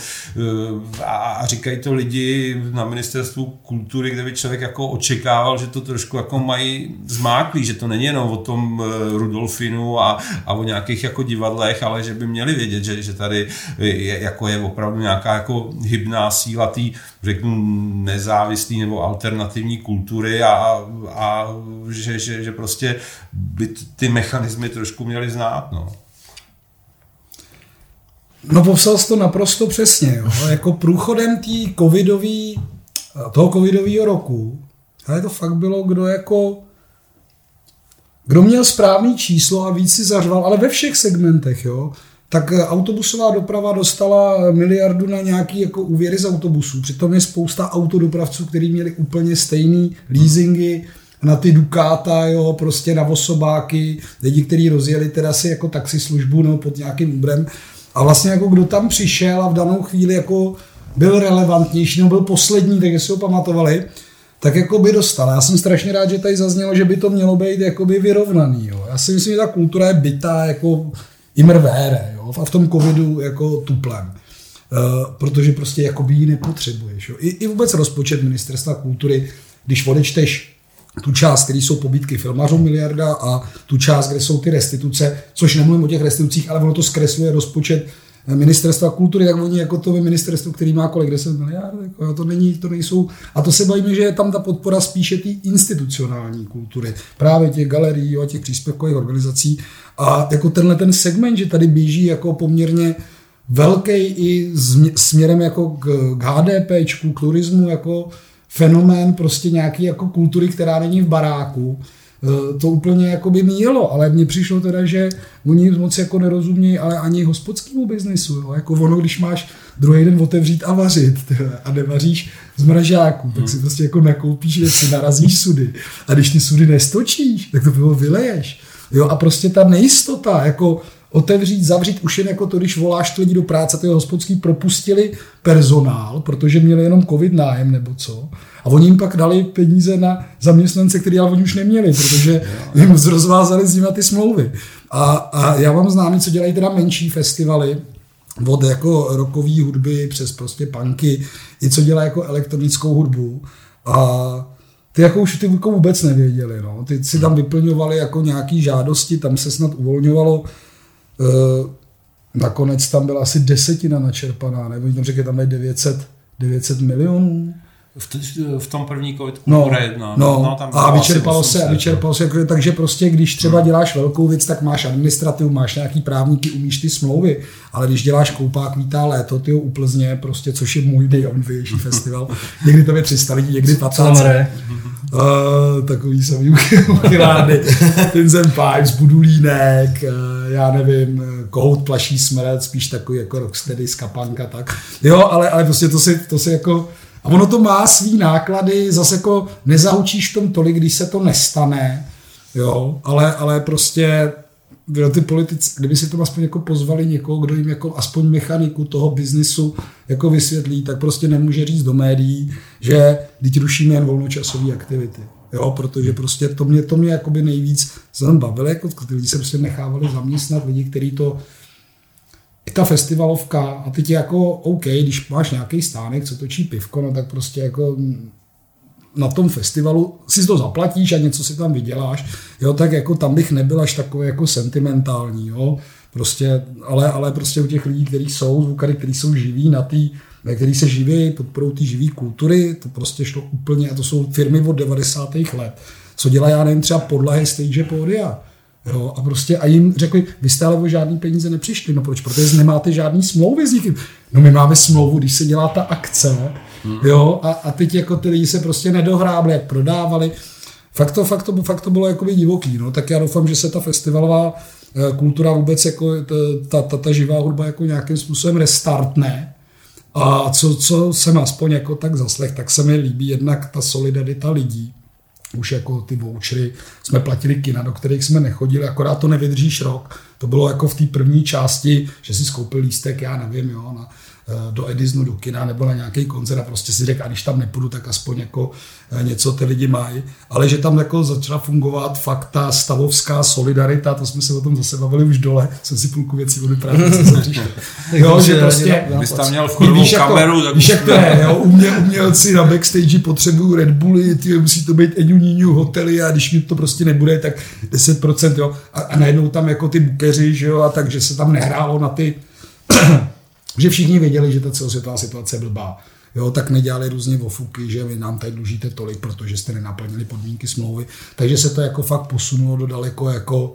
a říkají to lidi na ministerstvu kultury, kde by člověk jako očekával, že to trošku jako mají zmáklý, že to není jenom o tom Rudolfinu a o nějakých jako divadlech, ale že by měli vědět, že tady jako je opravdu nějaká jako hybná síla té, řeknu, nezávislé nebo alternativní kultury a že prostě by ty mechanismy trošku měli znát, no. No popsal jsi to naprosto přesně, jo. Jako průchodem toho covidového roku, ale to fakt bylo, kdo měl správný číslo a víc si zařval, ale ve všech segmentech, jo. Tak autobusová doprava dostala 1 miliardu na nějaký jako úvěry z autobusů. Přitom je spousta autodopravců, kteří měli úplně stejný leasingy na ty Ducata, jo, prostě na osobáky, lidi, kteří rozjeli teda si jako taxislužbu nebo pod nějakým Uberem. A vlastně jako kdo tam přišel a v danou chvíli jako byl relevantnější, no byl poslední, tak si ho pamatovali, tak jako by dostal. Já jsem strašně rád, že tady zaznělo, že by to mělo být jakoby vyrovnaný. Jo. Já si myslím, že ta kultura je bytá jako immer vére, jo, a v tom covidu jako tuplem. Protože prostě jakoby ji nepotřebuješ. Jo. I vůbec rozpočet ministerstva kultury, když odečteš tu část, které jsou pobídky filmařů 1 miliarda a tu část, kde jsou ty restituce, což nemluvím o těch restitucích, ale ono to zkresluje rozpočet ministerstva kultury, tak oni jako to ministerstvo, který má kolik 10 miliard, jako to nejsou, a to se bavíme, že je tam ta podpora spíše té institucionální kultury, právě těch galerií a těch příspěvkových organizací a jako tenhle ten segment, že tady běží jako poměrně velký i směrem jako k HDPčku, k turismu, jako fenomén prostě nějaký jako kultury, která není v baráku, to úplně jako by míjelo, ale mně přišlo teda, že oni moc jako nerozumějí, ale ani hospodskému biznisu, jo? Jako ono, když máš druhý den otevřít a vařit a nevaříš z mražáku, tak si prostě jako nakoupíš věci, narazíš sudy a když ty sudy nestočíš, tak to pivo vyleješ. Jo? A prostě ta nejistota, jako otevřít, zavřít, už jen jako to, když voláš lidi do práce, ty hospodský propustili personál, protože měli jenom covid nájem nebo co. A oni jim pak dali peníze na zaměstnance, který ale oni už neměli, protože jim rozvázali s nimi ty smlouvy. A já mám známý, co dělají teda menší festivaly, od jako rockové hudby přes prostě punky, i co dělají jako elektronickou hudbu. A ty jako už ty vůbec nevěděli. No. Ty si tam vyplňovali jako nějaký žádosti, tam se snad uvolňovalo. Nakonec tam byla asi 10 načerpaná, nebo oni tam řekli, tam je 900 milionů. V tom první covidku tam a vyčerpalo se, takže prostě když třeba děláš velkou věc, tak máš administrativu, máš nějaký právníky, umíš ty smlouvy, ale když děláš Koupák vítá léto, tyjo u Plzně, prostě, což je můj největší festival, někdy tam je 300 lidí, někdy 15. Takový samý uchylárny, Tinzen Pipes, Budulínek, já nevím, Kohout plaší smrad, spíš takový jako rocksteady, skapanka, tak. Jo, ale prostě to si jako A ono to má svý náklady, zase jako nezahučíš v tom tolik, když se to nestane, jo, ale prostě ty politici, kdyby si to aspoň jako pozvali někoho, kdo jim jako aspoň mechaniku toho biznisu jako vysvětlí, tak prostě nemůže říct do médií, že teď rušíme jen volnočasové aktivity. Jo, protože prostě to mě jakoby nejvíc bavilo, jako ty lidi se prostě nechávali zaměstnat, lidi, kteří to i ta festivalovka, a teď je jako OK, když máš nějaký stánek, co točí pivko, no tak prostě jako na tom festivalu si to zaplatíš a něco si tam vyděláš, jo, tak jako tam bych nebyl až takový jako sentimentální, jo, prostě, ale prostě u těch lidí, kteří jsou zvukary, kteří jsou živí na tý, který se živí, podporou té živý kultury, to prostě šlo úplně, a to jsou firmy od 90. let, co dělají, já nevím, třeba podlahy stage pódia, jo, a prostě a jim řekli, vy jste ale o žádný peníze nepřišli, no proč, protože nemáte žádný smlouvy s nikým, no my máme smlouvu, když se dělá ta akce, jo, a teď jako ty lidi se prostě nedohrábli, jak prodávali, fakt to bylo jakoby divoký, no, tak já doufám, že se ta festivalová kultura vůbec jako ta živá hudba jako nějakým způsobem restartne. A co jsem aspoň jako tak zaslech, tak se mi líbí jednak ta solidarita lidí. Už jako ty vouchery jsme platili kina, do kterých jsme nechodili, akorát to nevydržíš rok. To bylo jako v té první části, že si skoupil lístek, já nevím, jo, do Edisonu, do kina nebo na nějaký koncert a prostě si řekl, a když tam nepůjdu, tak aspoň jako něco ty lidi mají. Ale že tam jako začala fungovat fakt ta stavovská solidarita, to jsme se o tom zase bavili už dole, jsem si půlku věcí vyprávěl, co jsem přišel. Jo, že prostě... Když tam měl v chodovou kameru, tak... Víš, jak to je, jo, umělci na backstage potřebují Red Bulli, musí to být Eňu hotely a když mi to prostě nebude, tak 10%, jo. A najednou tam jako ty bukeři, že jo, a takže se tam nehrálo na ty... že všichni věděli, že ta celosvětová situace je blbá. Jo, tak nedělali různě ofuky, že vy nám tady dlužíte tolik, protože jste nenaplnili podmínky smlouvy. Takže se to jako fakt posunulo do daleko jako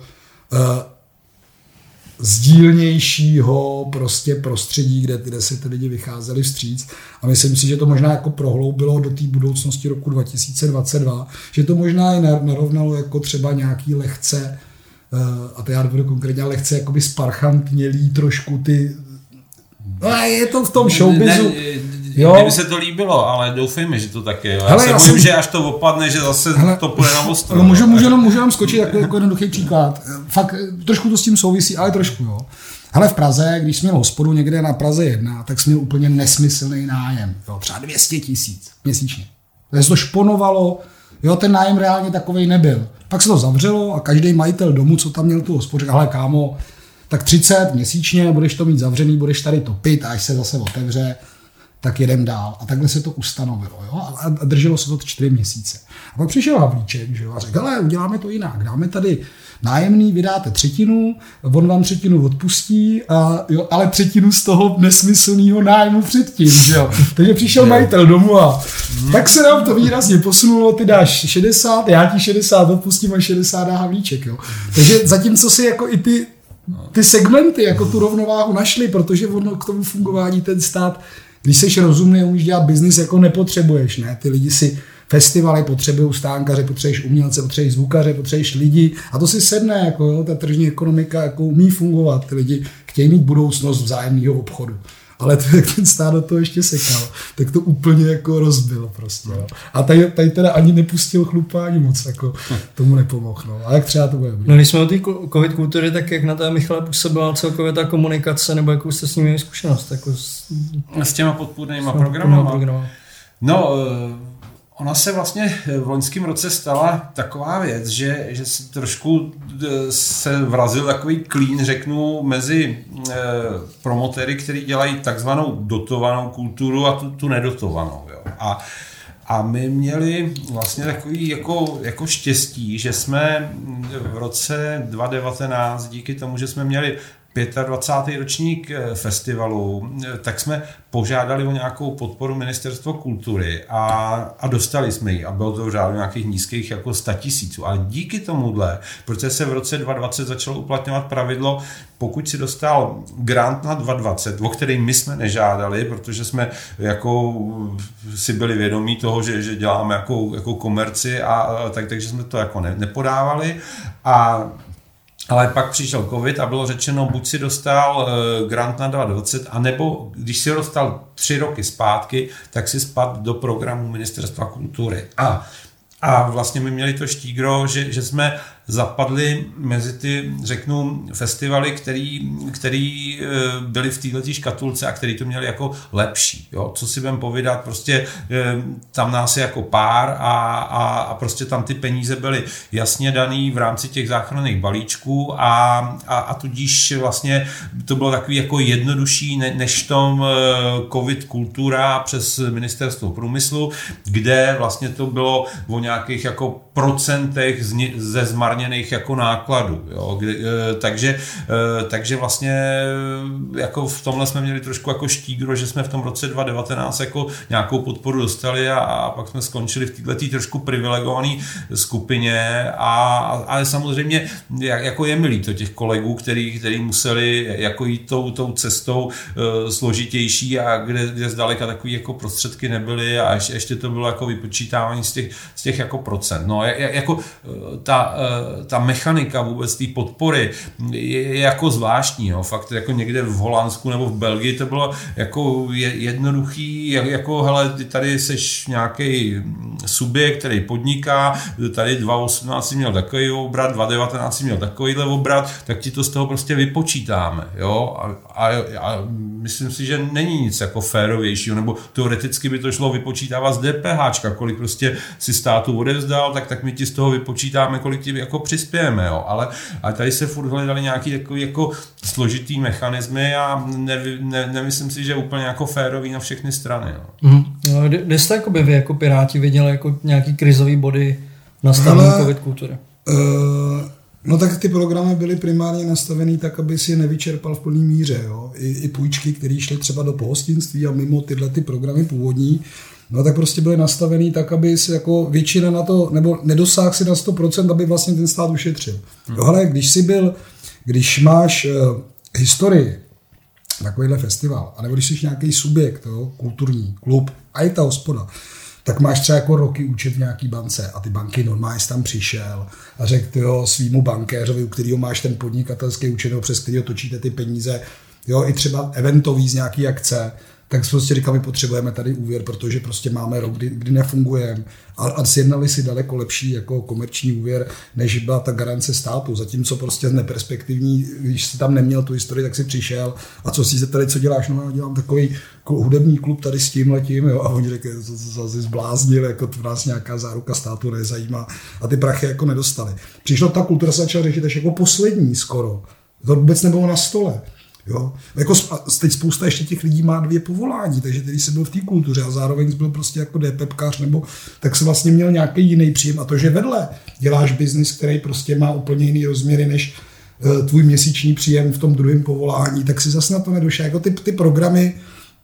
sdílnějšího prostě prostředí, kde si ty lidi vycházeli vstříc. A myslím si, že to možná jako prohloubilo do té budoucnosti roku 2022, že to možná i narovnalo jako třeba nějaký lehce, a to já budu konkrétně lehce jakoby sparchantnělý trošku ty. No je to v tom showbizu. Kdyby se to líbilo, ale doufejme, že to tak je. Já se bojím, že až to opadne, že zase to půjde na ostro. No, můžu nám skočit jako jednoduchý příklad. Fakt trošku to s tím souvisí, ale trošku, jo. Hele, v Praze, když jsi měl hospodu někde na Praze 1, tak jsi měl úplně nesmyslný nájem. Jo, třeba 200 000 měsíčně. Takže to šponovalo, jo, ten nájem reálně takovej nebyl. Pak se to zavřelo a každý majitel domu, co tam měl tu hospodu, řekl, hele kámo, tak 30 měsíčně, budeš to mít zavřený, budeš tady topit a až se zase otevře, tak jedem dál. A takhle se to ustanovilo. Jo? A drželo se to 4 měsíce. A pak přišel Havlíček, že jo? A řekl, ale uděláme to jinak. Dáme tady nájemný, vydáte 1/3, on vám 1/3 odpustí, ale 1/3 z toho nesmyslného nájmu předtím. Že jo? Takže přišel majitel domů a tak se nám to výrazně posunulo, ty dáš 60, já ti 60 odpustím a 60 dá Havlíček. Jo? Takže zatímco si jako i ty segmenty jako tu rovnováhu našli, protože ono k tomu fungování ten stát, když seš rozumný, umíš dělat biznis, jako nepotřebuješ, ne? Ty lidi si festivaly potřebují stánkaře, potřebuješ umělce, potřebuješ zvukaře, potřebuješ lidi a to si sedne, jako jo, ta tržní ekonomika jako umí fungovat, ty lidi chtějí mít budoucnost vzájemného obchodu. Ale to, jak ten stát do toho ještě sekal, tak to úplně jako rozbil prostě. Jo. A tady teda ani nepustil chlupání moc, jako tomu nepomohl. No. A jak třeba to bude být? No když jsme o té covid kultury, tak jak na té Michala působila celkově ta komunikace, nebo jakou jste s ním měli zkušenost? Jako s těma podpůrnýma programama? No, ona se vlastně v loňském roce stala taková věc, že se trošku se vrazil takový klín, řeknu, mezi promotéry, kteří dělají takzvanou dotovanou kulturu a tu nedotovanou. Jo. A my měli vlastně takový jako štěstí, že jsme v roce 2019, díky tomu, že jsme měli 25. ročník festivalu, tak jsme požádali o nějakou podporu Ministerstvo kultury a dostali jsme ji a bylo to v řádu nějakých nízkých jako 100 000. Ale díky tomuhle, protože se v roce 2020 začalo uplatňovat pravidlo, pokud si dostal grant na 2020, o který my jsme nežádali, protože jsme jako si byli vědomí toho, že děláme jako komerci takže jsme to jako nepodávali Ale pak přišel covid a bylo řečeno, buď si dostal grant na 2020, anebo když si ho dostal 3 roky zpátky, tak si spadl do programu Ministerstva kultury. A vlastně my měli to štígro, že jsme zapadli mezi ty, řeknu, festivaly, který byly v této škatulce a který to měli jako lepší. Jo? Co si budeme povídat, prostě tam nás je jako pár a prostě tam ty peníze byly jasně daný v rámci těch záchranných balíčků a tudíž vlastně to bylo takový jako jednodušší než tom covid kultura přes Ministerstvo průmyslu, kde vlastně to bylo o nějakých jako procentech ze zmarněných jako nákladů. Jo? Takže vlastně jako v tomhle jsme měli trošku jako štígro, že jsme v tom roce 2019 jako nějakou podporu dostali a pak jsme skončili v této trošku privilegované skupině ale samozřejmě jako je milý to těch kolegů, který museli jako jít tou cestou složitější a kde zdaleka takový jako prostředky nebyly a ještě to bylo jako vypočítávání z těch jako procent. No, jako ta mechanika vůbec té podpory je jako zvláštní. Jo. Fakt jako někde v Holandsku nebo v Belgii to bylo jako jednoduchý, jako hele, ty tady seš nějaký subjekt, který podniká, tady 2018 měl takový obrat, 2019 měl takovýhle obrat, tak ti to z toho prostě vypočítáme. Jo. A myslím si, že není nic jako férovějšího, nebo teoreticky by to šlo vypočítávat z DPH, kolik prostě si státu odevzdal, tak my ti z toho vypočítáme, kolik ti jako přispějeme, jo. Ale tady se furt hledali nějaký takový jako složitý mechanismy a nemyslím si, že úplně jako férový na všechny strany. Jo. No, kde jste jako by vy jako Piráti viděli jako nějaký krizový body nastavení covid kultury? No tak ty programy byly primárně nastavený tak, aby si je nevyčerpal v plný míře. Jo. I půjčky, které šly třeba do pohostinství a mimo tyhle ty programy původní, no tak prostě byly nastavený tak, aby si jako většina na to, nebo nedosáhl si na 100%, aby vlastně ten stát ušetřil. Jo, ale když máš historii, takovýhle festival, anebo když jsi nějaký subjekt, jo, kulturní klub a je ta hospoda, tak máš třeba jako roky účet v nějaký bance a ty banky normálně jsi tam přišel a řekl svýmu bankéřovi, u kterého máš ten podnikatelský účet, přes kterého točíte ty peníze, jo, i třeba eventový z nějaký akce, tak prostě říkám, my potřebujeme tady úvěr, protože prostě máme rok, kdy nefungujeme a sjednali si daleko lepší jako komerční úvěr, než byla ta garance státu. Zatímco prostě neperspektivní, když si tam neměl tu historii, tak si přišel a co si zeptali, co děláš? No já dělám takový hudební klub tady s tímhletím, jo, a oni řekli, to zase zbláznil, jako to nás nějaká záruka státu nezajímá a ty prachy jako nedostali. Přišla ta kultura, se začala řešit až jako poslední skoro. To vůbec nebylo na stole. Jo? Jako teď spousta ještě těch lidí má 2 povolání, takže když jsi byl v té kultuře a zároveň jsi byl prostě jako DPPkář, nebo tak jsi vlastně měl nějaký jiný příjem a to, že vedle děláš biznis, který prostě má úplně jiný rozměry než tvůj měsíční příjem v tom druhém povolání, tak si zase na to nedošel. Jako ty programy,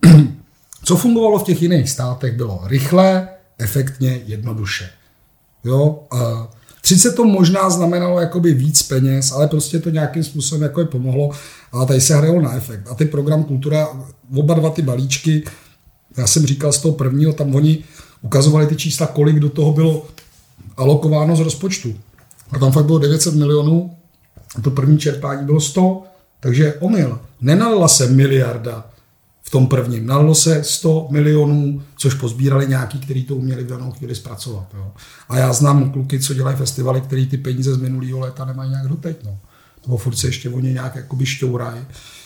co fungovalo v těch jiných státech, bylo rychle, efektně, jednoduše. Jo? 30 to možná znamenalo jakoby víc peněz, ale prostě to nějakým způsobem jako je pomohlo, ale tady se hrajelo na efekt. A ty program Kultura, oba dva ty balíčky, já jsem říkal z toho prvního, tam oni ukazovali ty čísla, kolik do toho bylo alokováno z rozpočtu. A tam fakt bylo 900 milionů, a to první čerpání bylo 100, takže omyl. Nenalila se miliarda v tom prvním, nalilo se 100 milionů, což pozbírali nějaký, kteří to uměli v danou chvíli zpracovat. Jo. A já znám kluky, co dělají festivaly, který ty peníze z minulého léta nemají nějak doteď. No. To furt se ještě oni nějak jakoby šťourají.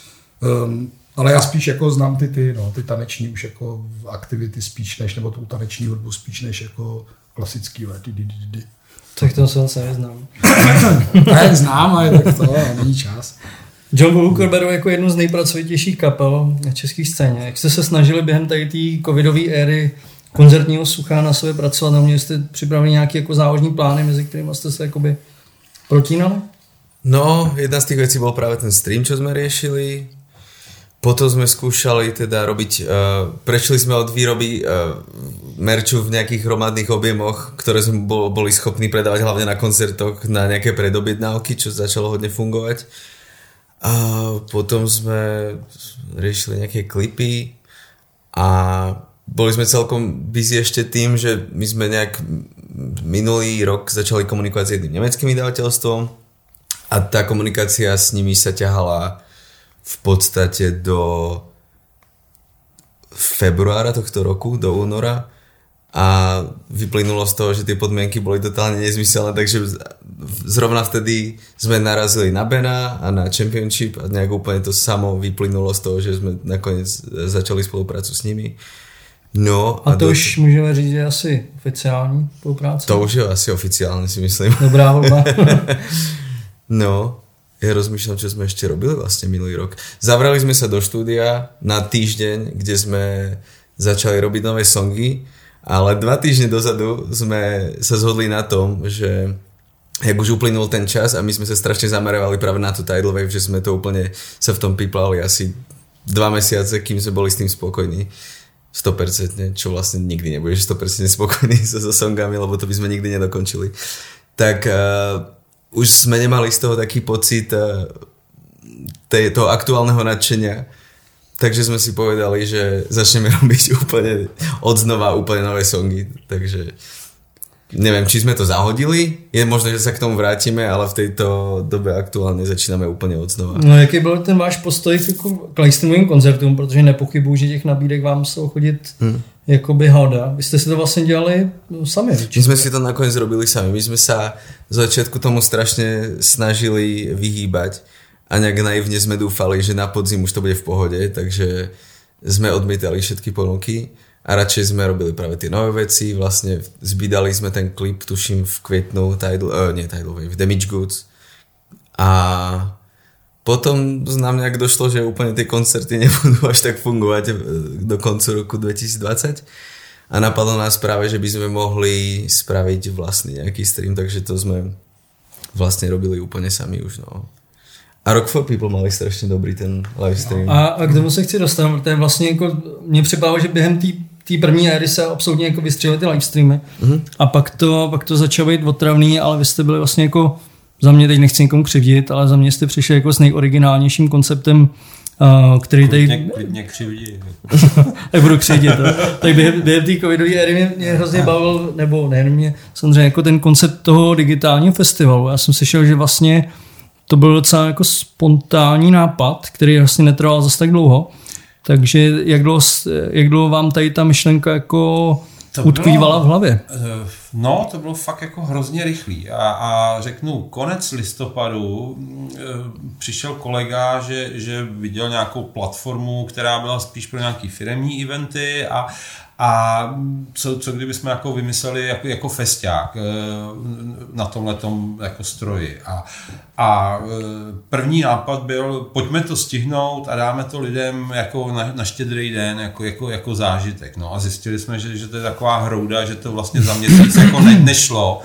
Ale já spíš jako znám ty taneční už jako aktivity spíš než, nebo tu taneční hudbu spíš než jako klasický lety. Tak to se zase neznám. Ne, znám, ale tak to není čas. John Walker beru jako jednu z nejpracovitějších kapel na české scéně. Jak jste se snažili během tady té covidové éry koncertního sucha na sobě pracovat, a měli jste připravili nějaké jako záložní plány, mezi kterými jste se jakoby protínali? No, jedna z tých vecí bol práve ten stream, čo sme riešili. Potom sme skúšali teda robiť, prešli sme od výroby merču v nejakých hromadných objemoch, ktoré sme boli schopní predávať hlavne na koncertoch, na nejaké predobjednávky, čo začalo hodne fungovať. A potom sme riešili nejaké klipy a boli sme celkom busy ešte tým, že my sme nejak minulý rok začali komunikovať s jedným nemeckým vydavateľstvom a A tá komunikácia s nimi sa ťahala v podstate do februára tohto roku, do února a vyplynulo z toho, že tie podmienky boli totálne nezmyselné, takže zrovna vtedy sme narazili na Bena a na Championship a nejak úplne to samo vyplynulo z toho, že sme nakoniec začali spoluprácu s nimi. No, a to už můžeme říct, že je asi oficiální spolupráce? To už je asi oficiálne, si myslím. Dobrá volba. No, ja rozmýšľam, čo sme ešte robili vlastne minulý rok. Zavrali sme sa do štúdia na týždeň, kde sme začali robiť nové songy, ale 2 týždne dozadu sme sa zhodli na tom, že jak už uplynul ten čas a my sme sa strašne zamerovali práve na tú Tidal Wave, že sme to úplne sa v tom piplali asi 2 mesiace, kým sme boli s tým spokojní. 100%, čo vlastne nikdy nebudeš 100% spokojný so songami, lebo to by sme nikdy nedokončili. Tak už sme nemali z toho taký pocit toho aktuálneho nadšenia, takže sme si povedali, že začneme robiť úplne odznova úplne nové songy, takže neviem, či sme to zahodili, je možné, že sa k tomu vrátime, ale v tejto dobe aktuálne začínáme úplně od znova. No jaký byl ten váš postoj k livestreamovým koncertům, protože nepochybuji, že těch nabídek vám muselo chodit jakoby hada. Vy jste si to vlastně dělali sami. My sme si to nakoniec robili sami. My sme sa z začiatku tomu strašne snažili vyhýbať a nejak naivne sme dúfali, že na podzim už to bude v pohode, takže sme odmietali všetky ponuky. A radšej sme robili práve tie nové veci, vlastne zbydali sme ten klip, tuším v květnu, v Damage Goods. A potom nám nejak došlo, že úplne tie koncerty nebudú až tak fungovať do koncu roku 2020. A napadlo nás práve, že by sme mohli spraviť vlastný nejaký stream, takže to sme vlastne robili úplne sami už, no. A Rock for People mali strašně dobrý ten livestream. A k tomu se chci dostat, protože vlastně jako mě připadalo, že během té první éry se absolutně jako vystřelily ty livestreamy a pak to začalo být otravný, ale vy jste byli vlastně jako, za mě teď nechci nikomu křivdit, ale za mě jste přišli jako s nejoriginálnějším konceptem, který tady... Klidně křivdí. Tak budu křivdit. Tak během té covidové éry mě hrozně bavil, nebo nejen mě, samozřejmě jako ten koncept toho digitálního festivalu. Já jsem slyšel, že vlastně to byl docela jako spontánní nápad, který vlastně netrval zase tak dlouho. Takže jak dlouho vám tady ta myšlenka jako utkvívala v hlavě? No, to bylo fakt jako hrozně rychlý. A řeknu, konec listopadu přišel kolega, že viděl nějakou platformu, která byla spíš pro nějaký firemní eventy a co kdybychom jako vymysleli jako festiák na tomhletom jako stroji. A první nápad byl, pojďme to stihnout a dáme to lidem jako na Štědrý den, jako zážitek. No a zjistili jsme, že to je taková hrouda, že to vlastně za měsíc jako nešlo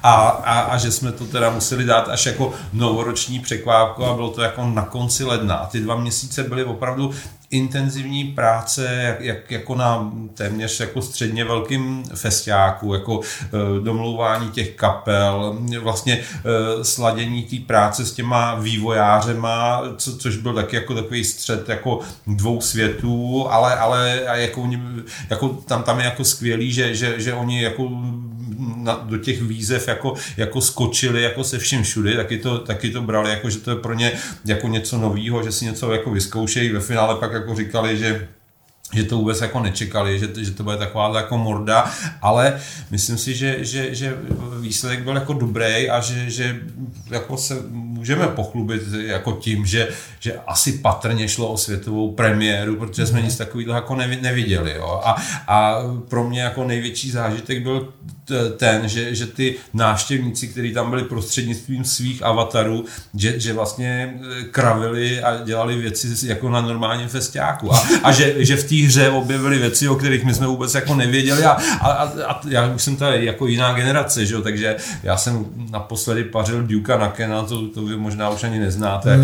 a že jsme to teda museli dát až jako novoroční překvápku a bylo to jako na konci ledna. A ty 2 měsíce byly opravdu intenzivní práce jako na téměř jako středně velkým festiáku, jako domlouvání těch kapel, vlastně sladění té práce s těma vývojářema, což byl taky jako takový střed jako 2 světů, ale jako tam je jako skvělý, že oni jako do těch výzev jako skočili jako se vším všudy, taky to brali, jako, že to je pro ně jako něco novýho, že si něco jako vyzkoušejí, ve finále pak jako říkali, že to vůbec jako nečekali, že to bude taková jako morda, ale myslím si, že výsledek byl jako dobrý a že jako se můžeme pochlubit jako tím, že asi patrně šlo o světovou premiéru, protože jsme nic takového jako neviděli. Jo. A pro mě jako největší zážitek byl ten, že ty návštěvníci, kteří tam byli prostřednictvím svých avatarů, že vlastně kravili a dělali věci jako na normálním festiáku a že v té hře objevili věci, o kterých my jsme vůbec jako nevěděli a já už jsem tady jako jiná generace, že jo, takže já jsem naposledy pařil Duka Nakena, to vy možná už ani neznáte.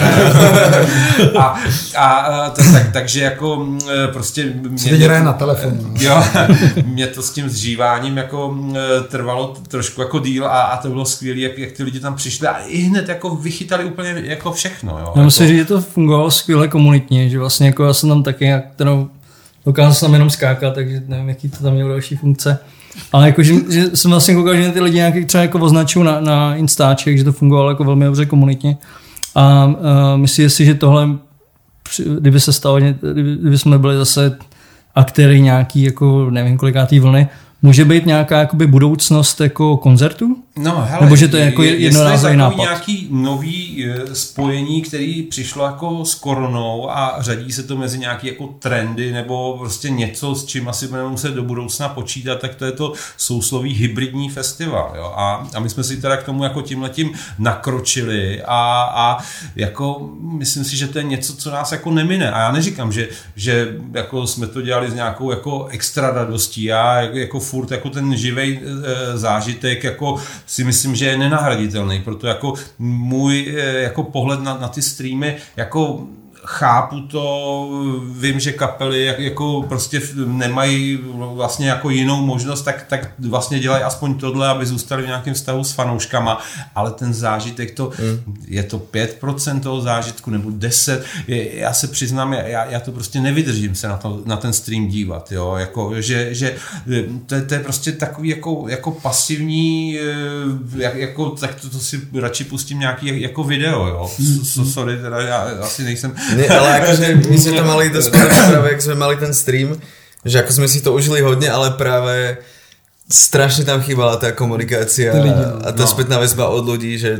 Takže jako prostě mě na telefonu. Jo, mě to s tím zžíváním jako trvalo trošku jako díl a to bylo skvělé, jak ty lidi tam přišli a i hned jako vychytali úplně jako všechno. Jo. Já musím říct, že to fungovalo skvěle komunitně, že vlastně jako já jsem tam taky dokázal jsem tam jenom skákat, takže nevím, jaký to tam mělo další funkce. Ale jakože že jsem vlastně koukal, že ty lidi nějaký třeba jako označují na Instaček, že to fungovalo jako velmi dobře komunitně. A myslím si, že tohle, kdyby se stalo, kdyby jsme byli zase aktéry nějaký, jako nevím kolikátý vlny, může být nějaká jakoby budoucnost jako koncertu? No, hele, nebo že to je jako jednorázový nápad? Nějaký nový spojení, který přišlo jako s koronou a řadí se to mezi nějaké jako trendy nebo prostě něco, s čím asi budeme muset do budoucna počítat, tak to je to sousloví hybridní festival. Jo? A my jsme si teda k tomu jako tímhletím nakročili a jako myslím si, že to je něco, co nás jako nemine. A já neříkám, že jako jsme to dělali s nějakou jako extra radostí. Já jako furt jako ten živej zážitek jako si myslím, že je nenahraditelný, proto jako můj jako pohled na ty streamy jako chápu to, vím, že kapely jako prostě nemají vlastně jako jinou možnost, tak vlastně dělají aspoň tohle, aby zůstali v nějakém vztahu s fanouškama, ale ten zážitek je to 5% toho zážitku nebo 10%, já se přiznám, já to prostě nevydržím se na ten stream dívat, jo, jako, že to je prostě takový jako pasivní, jako, tak to si radši pustím nějaký jako video, jo, sorry, teda já asi nejsem. Nie, ale akože my sme to mali dosť práve, jak sme mali ten stream, že ako sme si to užili hodne, ale práve strašne tam chýbala tá komunikácia a tá spätná väzba od ľudí, že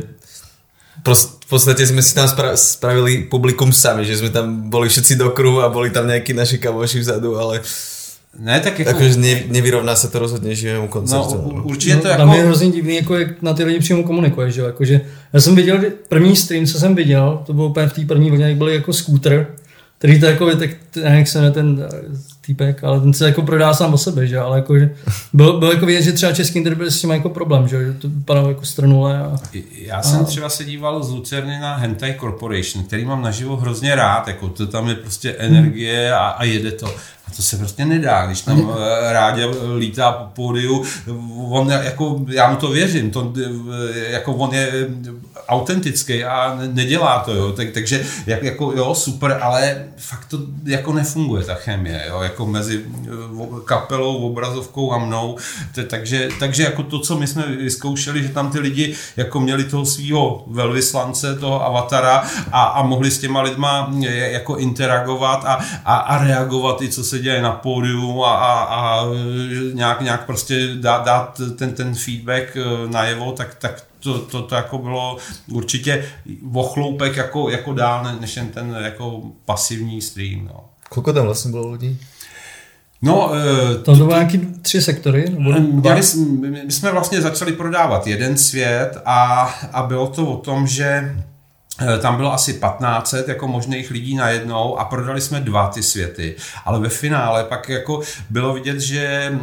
v podstate sme si tam spravili publikum sami, že sme tam boli všetci do kruhu a boli tam nejakí naši kamoši vzadu, ale ne, tak jako... Takže nevyrovná se to rozhodně živému koncertu. No, určitě to jako... Tam je hrozně divný, jako jak na ty lidi přímo komunikuješ, že jo, jakože já jsem viděl, první stream, co jsem viděl, to bylo úplně v té první vlně, jak byl jako Scooter, který to jako, tak jak se ne ten týpek, ale ten se jako prodá sám o sebe, že, ale jakože byl jako vidět, že třeba český interpret s tím má jako problém, že to vypadalo jako stranule. Já jsem třeba se díval z Lucerny na Hentai Corporation, který mám naživo hrozně rád, jako to tam je prostě energie a jede to. A to se prostě nedá, když tam Ráďa lítá po pódiu, on jako, já mu to věřím, jako on je autentický a nedělá to, jo, takže jako jo, super, ale fakt to jako nefunguje ta chemie, jo, jako mezi kapelou, obrazovkou a mnou, takže jako to, co my jsme vyzkoušeli, že tam ty lidi jako měli toho svýho velvyslance, toho avatara a mohli s těma lidma jako interagovat a reagovat i co se děje na pódiu a nějak prostě dát ten feedback najevo, tak to jako bylo určitě ochloupek jako dál, než jen ten jako pasivní stream. No. Koľko tam vlastně bylo lidí? No, to bylo nějaký 3 sektory? My jsme vlastně začali prodávat jeden svět a bylo to o tom, že tam bylo asi 1500 jako možných lidí najednou a prodali jsme 2 ty světy, ale ve finále pak jako bylo vidět, že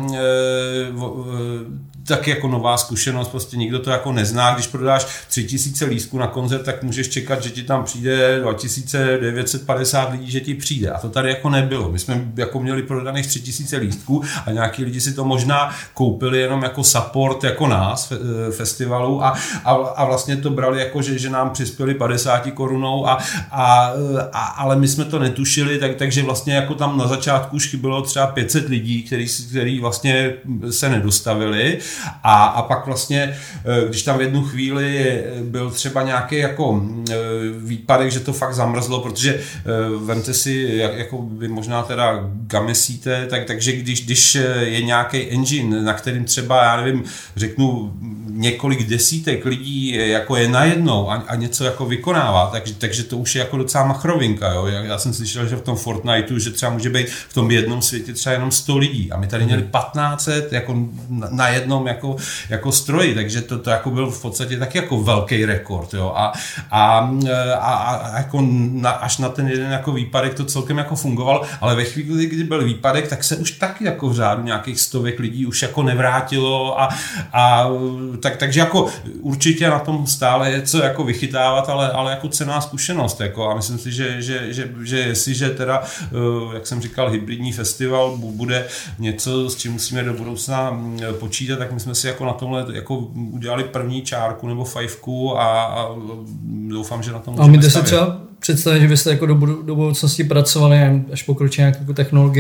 taky jako nová zkušenost, prostě nikdo to jako nezná, když prodáš 3000 lístků na koncert, tak můžeš čekat, že ti tam přijde 2950 lidí, že ti přijde a to tady jako nebylo. My jsme jako měli prodaných 3000 lístků a nějaký lidi si to možná koupili jenom jako support jako nás festivalu a vlastně to brali jako, že nám přispěli 50 korunou ale my jsme to netušili, takže vlastně jako tam na začátku už chybilo třeba 500 lidí, který vlastně se nedostavili a pak vlastně, když tam v jednu chvíli byl třeba nějaký jako výpadek, že to fakt zamrzlo, protože vemte si, jako vy možná teda gamesíte, takže když je nějaký engine, na kterým třeba, já nevím, řeknu několik desítek lidí jako je najednou a něco jako vykonává, takže to už je jako docela machrovinka, jo. Já jsem slyšel, že v tom Fortniteu, že třeba může být v tom jednom světě třeba jenom 100 lidí a my tady měli 1500 jako na jednom jako stroji, takže to jako byl v podstatě taky jako velký rekord, jo. A jako až na ten jeden jako výpadek to celkem jako fungoval, ale ve chvíli, kdy byl výpadek, tak se už taky jako v řádu nějakých 100 lidí už jako nevrátilo takže jako určitě na tom stále je co jako vychytávat, ale jako cenná zkušenost, jako a myslím si, že jestliže teda, jak jsem říkal, hybridní festival bude něco, s čím musíme do budoucna počítat, tak my jsme si jako na tomhle jako udělali první čárku nebo 5 a doufám, že na tom můžeme stavět. A my si třeba představit, že byste jako do budoucnosti pracovali, až pokročí nějaké jako technologie,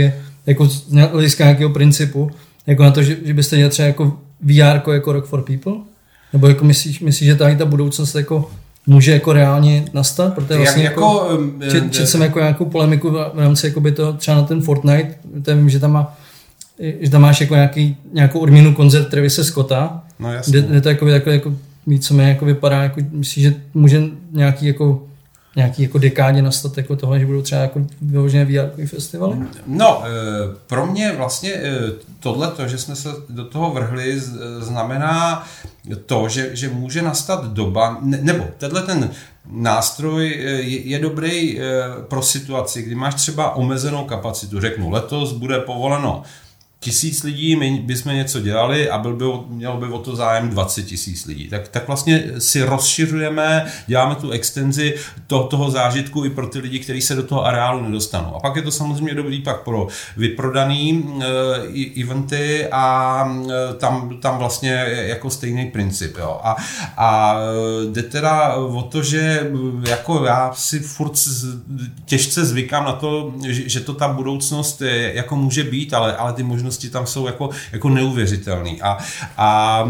jako z hlediska nějakého principu, jako na to, že byste měli třeba jako VR jako Rock for People? Nebo jako myslíš, že tady ta budoucnost jako může jako reálně nastat? Protože vlastně četl jsem jako nějakou polemiku v rámci jako by to třeba na ten Fortnite, to vím, že tam máš jako nějakou odměnu koncert Travise Scotta, no, jasně. Kde to jako víceméně jako vypadá, jako myslíš, že může nějaký jako dekádě nastat jako tohle, že budou třeba jako vyložené VR festivaly? No, pro mě vlastně tohleto, že jsme se do toho vrhli, znamená to, že může nastat doba, nebo tenhle ten nástroj je dobrý pro situaci, kdy máš třeba omezenou kapacitu. Řeknu, letos bude povoleno 1000 lidí, my bychom něco dělali a mělo by o to zájem 20 000 lidí. Tak vlastně si rozšiřujeme, děláme tu extenzi toho zážitku i pro ty lidi, kteří se do toho areálu nedostanou. A pak je to samozřejmě dobrý pak pro vyprodaný eventy a tam vlastně jako stejný princip. Jo. A jde teda o to, že jako já si furt těžce zvykám na to, že to ta budoucnost jako může být, ale ty možnosti tam jsou jako neuvěřitelný. A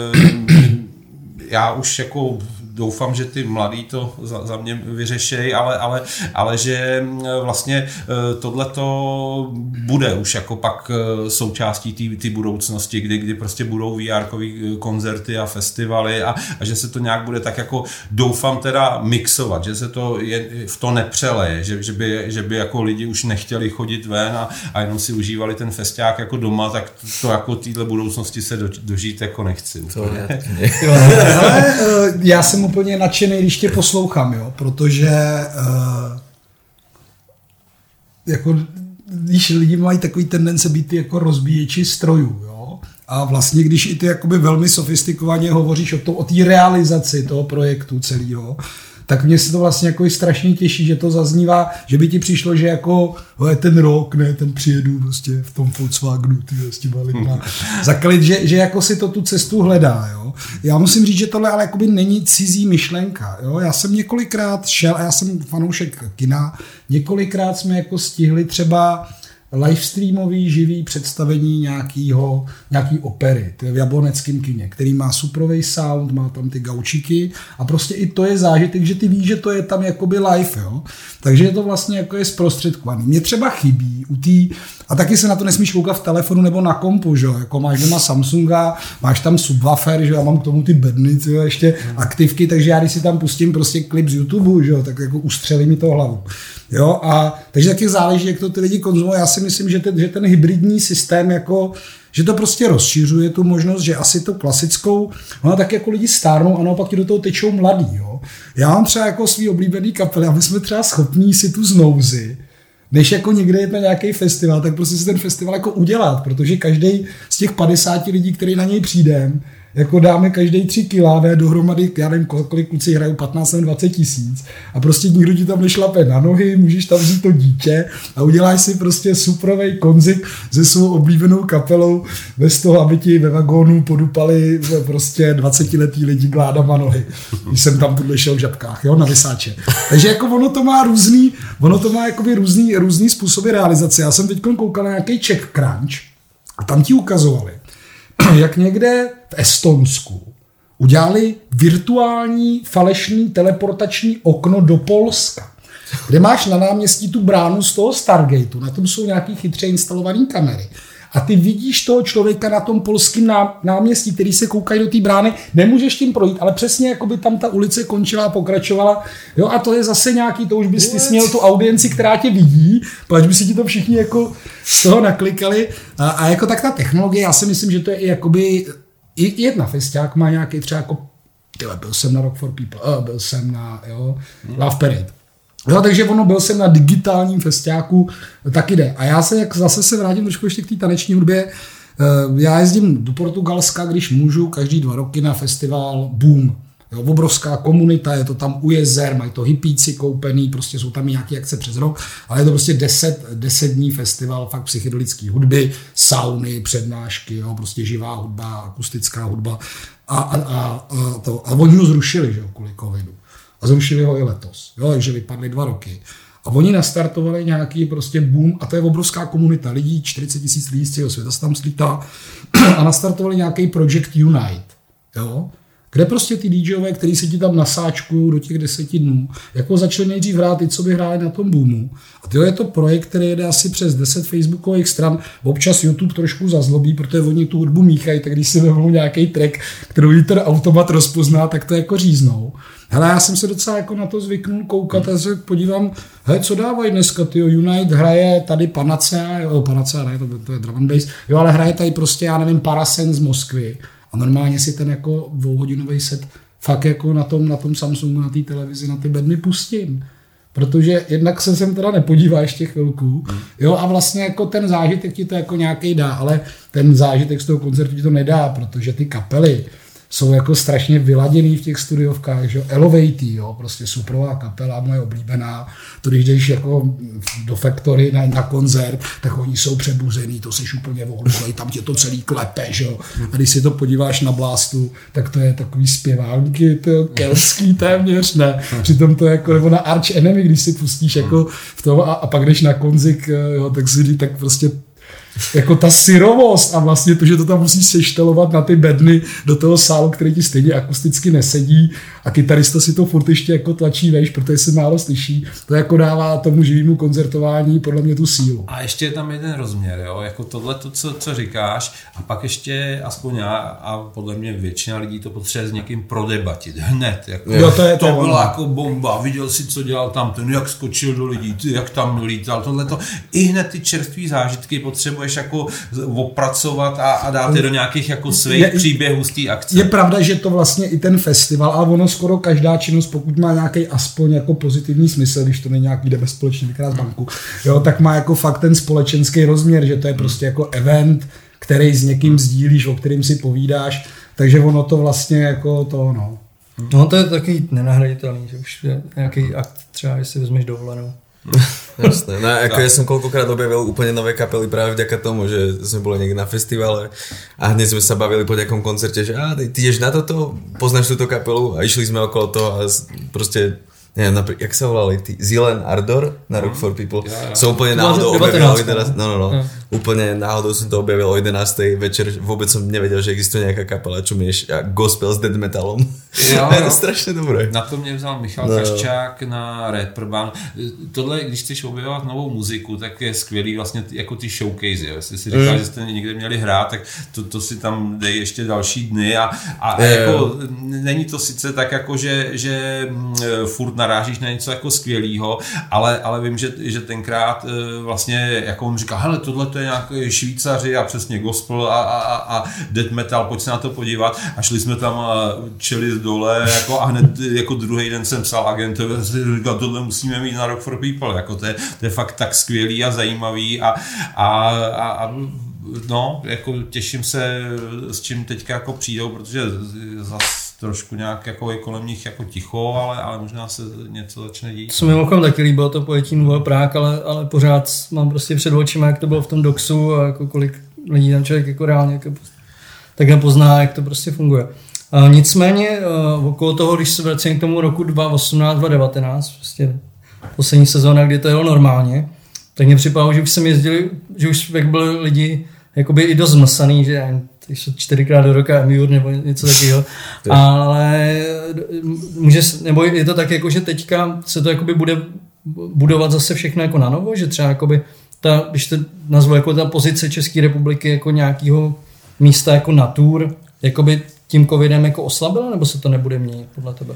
já už jako doufám, že ty mladí to za mě vyřešejí, ale že vlastně tohleto bude už jako pak součástí té budoucnosti, kdy prostě budou VR-kový koncerty a festivaly a že se to nějak bude tak jako doufám teda mixovat, že se to v to nepřeleje, že by jako lidi už nechtěli chodit ven a jenom si užívali ten festiák jako doma, tak to jako téhle budoucnosti se dožít jako nechci. Ale já jsem úplně nadšený, když tě poslouchám, jo, protože jako když lidi mají takový tendence být jako rozbíječi strojů, jo, a vlastně když i ty jakoby velmi sofistikovaně hovoříš o té realizaci toho projektu celého, tak mně se to vlastně jako strašně těší, že to zaznívá, že by ti přišlo, že jako ten rok, ne, ten přijedu prostě v tom Volkswagenu, s těma lidma zakalit, že jako si to tu cestu hledá, jo. Já musím říct, že tohle ale jakoby není cizí myšlenka, jo. Já jsem několikrát šel, a já jsem fanoušek kina, několikrát jsme jako stihli třeba livestreamový živý představení nějaký opery, to je v Jabloneckém kině, který má suprovej sound, má tam ty gaučiky a prostě i to je zážitek, že ty víš, že to je tam jakoby live, jo. Takže je to vlastně jako je zprostředkovaný. Mně třeba chybí a taky se na to nesmíš koukat v telefonu nebo na kompu, že jo, jako máš doma Samsunga, máš tam subwoofer, že jo, já mám k tomu ty bedny, jo, ještě aktivky, takže já když si tam pustím prostě klip z YouTube, že jo, tak jako ustřelí mi to hlavu. Jo, a takže taky záleží, jak to ty lidi konzumují. Já si myslím, že ten hybridní systém jako, že to prostě rozšiřuje tu možnost, že asi to klasickou, no tak jako lidi stárnou a naopak ti do toho tečou mladý, jo. Já mám třeba jako svý oblíbený kapely a my jsme třeba schopní si tu znouzi, než jako někde je to nějaký festival, tak prostě si ten festival jako udělat, protože každý z těch 50 lidí, který na něj přijdem, jako dáme každý 3 kila, ne, dohromady, já nevím, kolik kluci hrajou, 15 nebo 20 tisíc a prostě nikdo ti tam nešlape na nohy, můžeš tam vzít to dítě a uděláš si prostě suprovej konzik se svou oblíbenou kapelou bez toho, aby ti ve vagónu podupali prostě 20letý lidi gládama nohy, když jsem tam tudle šel v žabkách, jo, na vysáče. Takže jako ono to má jakoby různý způsoby realizace. Já jsem teď koukal na nějaký Czech Crunch a tam ti ukazovali, jak někde v Estonsku udělali virtuální falešný teleportační okno do Polska, kde máš na náměstí tu bránu z toho Stargateu, na tom jsou nějaký chytře instalované kamery. A ty vidíš toho člověka na tom polském náměstí, který se koukají do té brány, nemůžeš tím projít, ale přesně jako by tam ta ulice končila a pokračovala. Jo, a to je zase nějaký, to už bys ty směl tu audienci, která tě vidí, protože by si ti to všichni jako z toho naklikali. A jako tak ta technologie, já si myslím, že to je i jakoby, i jedna festiák má nějaký třeba jako, byl jsem na Rock for People, byl jsem na Love Parade. Jo, takže byl jsem na digitálním festiáku, tak jde. A já se zase se vrátím trošku ještě k té taneční hudbě. Já jezdím do Portugalska, když můžu, každý 2 roky na festival Boom. Jo, obrovská komunita, je to tam u jezer, mají to hippíci koupený, prostě jsou tam nějaké akce přes rok, ale je to prostě 10 dní festival fakt psychedelické hudby, sauny, přednášky, jo, prostě živá hudba, akustická hudba. A oni ho zrušili, že jo, kvůli covidu. A zrušili ho i letos. Jo, takže vypadly 2 roky. A oni nastartovali nějaký prostě boom a to je obrovská komunita lidí, 40 000 lidí z celého světa se tam slítá a nastartovali nějaký Project Unite, jo? Kde prostě ty DJové, který se ti tam nasáčkují do těch 10 dnů, jako začali nejdřív hrát i, co by hráli na tom boomu. A to je to projekt, který jede asi přes 10 facebookových stran. Občas YouTube trošku zazlobí, protože oni tu hudbu míchají, tak když si vezmou nějaký track, kterou ten automat rozpozná, tak to jako říznou. Hele, já jsem se docela jako na to zvyknul koukat a se podívám, hele, co dávají dneska, tyjo, Unite hraje tady Panacea, ne, to je drum and bass, jo, ale hraje tady prostě, já nevím, Parasen z Moskvy. A normálně si ten jako dvouhodinový set fakt jako na tom Samsungu, na té televizi, na ty bedny pustím. Protože jednak se sem teda nepodívá ještě chvilku, jo, a vlastně jako ten zážitek ti to jako nějaký dá, ale ten zážitek z toho koncertu ti to nedá, protože ty kapely jsou jako strašně vyladěný v těch studiovkách, že jo, Elevate, jo, prostě superová kapela, moje oblíbená, to když jdeš jako do Factory na koncert, tak oni jsou přebuzený, to seš úplně vohlulej, tam tě to celý klepe, že jo, a když si to podíváš na Blastu, tak to je takový zpěvánky, to kelský téměř, ne, přitom to je jako, nebo na Arch Enemy, když si pustíš jako v tom a pak jdeš na konzik, jo, tak prostě jako ta syrovost a vlastně to, že to tam musíš seštelovat na ty bedny do toho sálu, který ti stejně akusticky nesedí a kytarista si to furt ještě jako tlačí vejš, protože se málo slyší, to jako dává tomu živému koncertování podle mě tu sílu. A ještě je tam jeden rozměr, jo, jako tohle, co říkáš, a pak ještě aspoň já a podle mě většina lidí to potřebuje s někým prodebatit hned, jako, jo, to byla jako bomba, viděl si, co dělal tam ten, jak skočil do lidí, jak tam lítal, tohleto, i hned ty čerství zážitky potřebuješ jako opracovat a dát je do nějakých jako svých příběhů z té akce. Je pravda, že to vlastně i ten festival, a ono skoro každá činnost, pokud má nějaký aspoň jako pozitivní smysl, když to není nějaký jde společně vykrát banku, jo, tak má jako fakt ten společenský rozměr, že to je prostě jako event, který s někým sdílíš, o kterým si povídáš, takže ono to vlastně jako to, no. No to je taky nenahraditelný, že už je nějaký akt třeba, jestli vezmeš dovolenou. Jasné, no ako ja som koľkokrát objavil úplne nové kapely práve vďaka tomu, že sme boli niekde na festivale a hneď sme sa bavili po nejakom koncerte, že ty ideš na toto, poznáš túto kapelu a išli sme okolo toho a proste neviem, napríklad, jak sa volali, Zielen Ardor na Rock for People. Som úplne náhodou objavil o 11. Úplne náhodou som to objavil o 11. večer, vôbec som nevedel, že existuje nejaká kapela, čo mi je gospel s death metalom. Jo. Je to strašně dobré. Na to mě vzal Michal Kaščák na Reeperbahn. Tohle, když chceš objevovat novou muziku, tak je skvělý vlastně jako ty showcasey. Jestli si říkal, že jste někde měli hrát, tak to si tam dej ještě další dny a jako není to sice tak jako, že furt narážíš na něco jako skvělýho, ale vím, že tenkrát vlastně jako on říká, hele, tohle to je nějaký Švýcaři a přesně gospel a death metal, pojď se na to podívat a šli jsme tam čeli dole jako a hned jako druhý den jsem psal agentovi a říkal, tohle musíme mít na Rock for People, jako to je fakt tak skvělý a zajímavý a no, jako těším se, s čím teďka jako přijdou, protože zase trošku nějak jako je kolem nich jako ticho, ale možná se něco začne dít. Co mimochodem taky líbilo to pojetí Nouvelle Prague, ale pořád mám prostě před očima, jak to bylo v tom doxu a jako kolik lidí tam člověk jako reálně jako tak nepozná, jak to prostě funguje. Nicméně okolo toho, když se vracím k tomu roku 2018-2019, prostě poslední sezóna, kdy to jelo normálně, tak mě připadalo, že už jsem jezdil, že už jak byli lidi jakoby i dost zmlsaný, že jsou 4krát do roka Amur nebo něco takového, ale nebo je to tak jako, že teďka se to jakoby bude budovat zase všechno jako na novo, že třeba jakoby když to nazvu jako ta pozice České republiky jako nějakého místa jako na tour, jakoby tím covidem jako oslabilo, nebo se to nebude měnit podle tebe?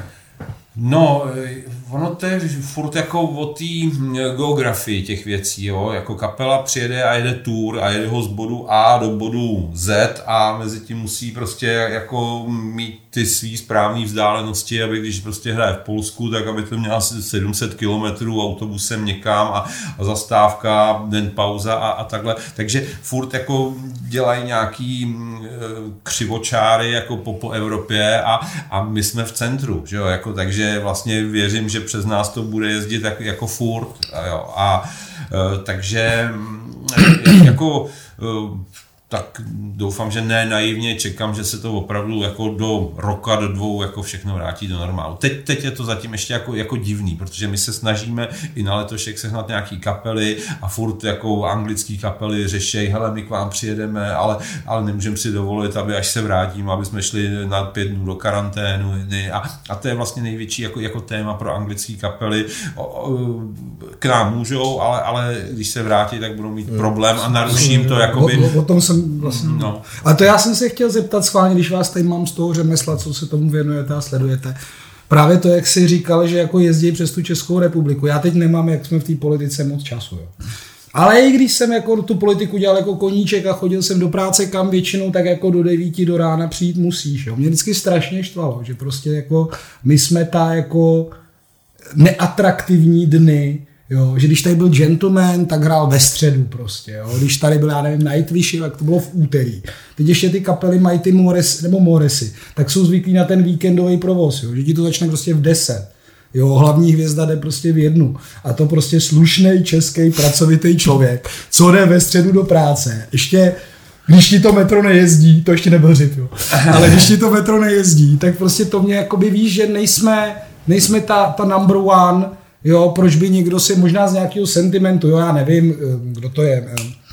No, ono to je furt jako o té geografii těch věcí, jo, jako kapela přijede a jede tour a jede ho z bodu A do bodu Z a mezi tím musí prostě jako mít ty svý správné vzdálenosti, aby když prostě hraje v Polsku, tak aby to měla 700 kilometrů autobusem někam a zastávka, den pauza a takhle, takže furt jako dělají nějaký křivočáry jako po Evropě a my jsme v centru, že jo, jako takže vlastně věřím, že přes nás to bude jezdit jako furt, jo, takže jako tak doufám, že ne naivně čekám, že se to opravdu jako do roka, do 2 jako všechno vrátí do normálu. Teď je to zatím ještě jako divný, protože my se snažíme i na letošek sehnat nějaký kapely a furt jako anglický kapely řešejí, hele, my k vám přijedeme, ale nemůžeme si dovolit, aby až se vrátíme, aby jsme šli na 5 dnů do karanténu. A to je vlastně největší jako téma pro anglické kapely. K nám můžou, ale když se vrátí, tak budou mít problém a naruší jim to jakoby... O tom jsem vlastně... No. A to já jsem se chtěl zeptat schválně, když vás tady mám z toho řemesla, co se tomu věnujete a sledujete. Právě to, jak jsi říkal, že jako jezdí přes tu Českou republiku. Já teď nemám, jak jsme v té politice, moc času. Jo. Ale i když jsem jako tu politiku dělal jako koníček a chodil jsem do práce kam většinou, tak jako do 9 do rána přijít musíš. Jo. Mě vždycky strašně štvalo, že prostě jako my jsme ta jako neatraktivní dny, jo, že když tady byl Gentleman, tak hrál ve středu prostě, jo. Když tady byl, já nevím, Nightwish, tak to bylo v úterý. Teď ještě ty kapely mají ty Morrisy, tak jsou zvyklí na ten víkendový provoz, jo, že ti to začne prostě v 10. Jo, hlavní hvězda jde prostě v 1. A to prostě slušnej český pracovitý člověk, co jde ve středu do práce. Ještě když ti to metro nejezdí, to ještě nebyl řip, jo. Ale když ti to metro nejezdí, tak prostě to mě jakoby víš, že nejsme ta number one. Jo, proč by někdo si možná z nějakého sentimentu, jo, já nevím, kdo to je,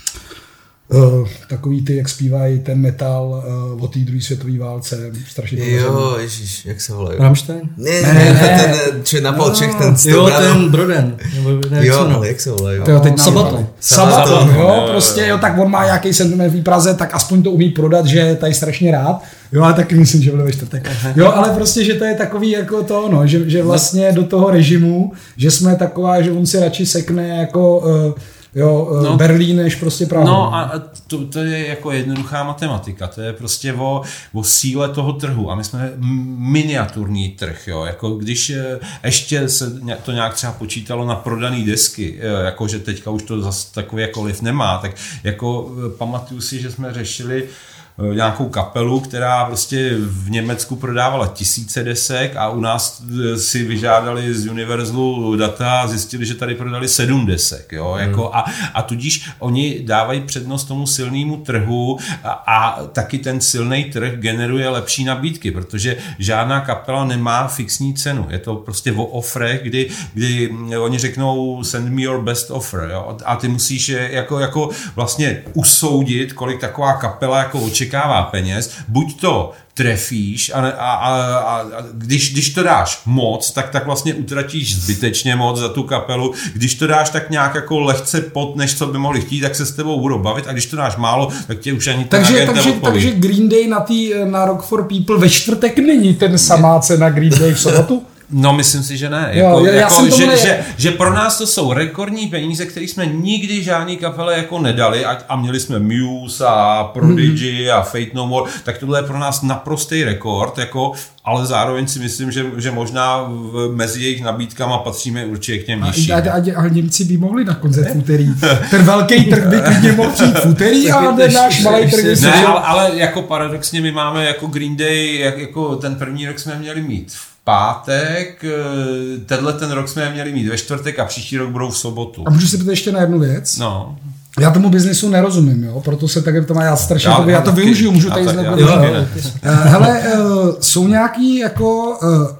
takový ty, jak zpívají ten metal o té druhé světové válce, strašně to Jo, ježiš, jak se volají? Rammstein? Ne, ten, čo je na Polčech, ten s jo, ten Broden. Jo, ale jak se volají? Sabaton, jo, prostě, jo, tak on má nějaký sentiment v Praze, tak aspoň to umí prodat, že je tady strašně rád. Jo, ale taky myslím, že byl ve čtvrtek. Jo, ale prostě, že to je takový jako to, no, že vlastně do toho režimu, že jsme taková, že on si radši sekne jako Berlín než prostě Praha. No a to je jako jednoduchá matematika, to je prostě o síle toho trhu a my jsme miniaturní trh, jo, jako když ještě se to nějak třeba počítalo na prodaný desky, jako že teďka už to zase takový jako vliv nemá, tak jako pamatuju si, že jsme řešili nějakou kapelu, která prostě v Německu prodávala 1000 desek a u nás si vyžádali z Universalu data a zjistili, že tady prodali 7 desek. Jo? Jako a tudíž oni dávají přednost tomu silnému trhu a taky ten silný trh generuje lepší nabídky, protože žádná kapela nemá fixní cenu. Je to prostě o ofrech, kdy oni řeknou send me your best offer. Jo? A ty musíš jako vlastně usoudit, kolik taková kapela jako očekává peněz, buď to trefíš a když to dáš moc, tak vlastně utratíš zbytečně moc za tu kapelu, když to dáš tak nějak jako lehce pod, než co by mohli chtít, tak se s tebou budou bavit a když to dáš málo, tak tě už ani ten agent neodpoví. Takže Green Day na Rock for People ve čtvrtek není ten samá cena Green Day v sobotu? No, myslím si, že ne. Že pro nás to jsou rekordní peníze, které jsme nikdy žádný kapele jako nedali a měli jsme Muse a Prodigy a Fate No More, tak tohle je pro nás naprostý rekord, jako, ale zároveň si myslím, že možná mezi jejich nabídkama patříme určitě k těm nižším. A Němci by mohli na koncert v úterý. Ten velký trh by klidně mohl přijít v úterý a náš malý trh. Ne, ale jako paradoxně my máme jako Green Day, jako ten první rok jsme měli mít pátek, ten rok jsme měli mít ve čtvrtek a příští rok budou v sobotu. A můžu se ptát ještě na jednu věc? No. Já tomu biznesu nerozumím, jo? Proto se tak to má já strašně, já to využiju, můžu tady hele, jsou nějaký jako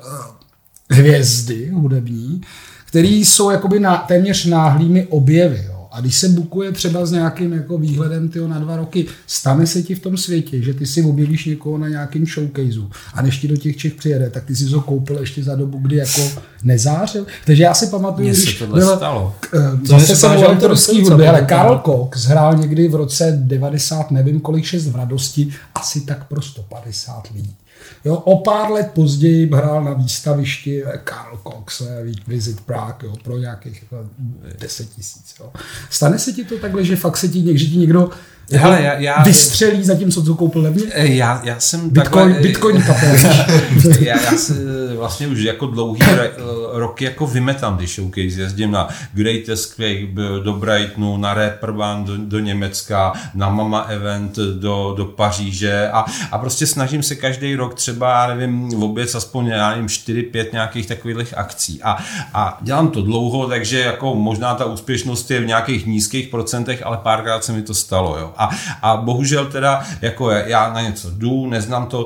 hvězdy hudební, které jsou jakoby téměř náhlými objevy, jo? A když se bukuje třeba s nějakým jako výhledem na 2 roky, stane se ti v tom světě, že ty si objevíš někoho na nějakým showcaseu a než ti do těch Čech přijede, tak ty si ho koupil ještě za dobu, kdy jako nezářil. Takže já si pamatuju, když byl zase jsem u autorský hudby, ale Karl Cox hrál někdy v roce 90, nevím kolik, 6 v Radosti, asi tak pro 150 lidí. Jo, o pár let později hrál na výstavišti Karl Cox, Visit Prague, jo, pro nějakých 10 000. Jo. Stane se ti to takhle, že fakt se ti někdo vystřelí za tím, co to koupil levně? Já jsem Bitcoin kapel. já se vlastně už jako dlouhý roky jako vymetám ty showcase, jezdím na Great Escape do Brightonu, na Reeperbahn do Německa, na Mama Event do Paříže a prostě snažím se každý rok třeba, nevím, oběc aspoň 4-5 nějakých takových akcí a dělám to dlouho, takže jako možná ta úspěšnost je v nějakých nízkých procentech, ale párkrát se mi to stalo, jo. A bohužel teda, jako já na něco jdu, neznám to,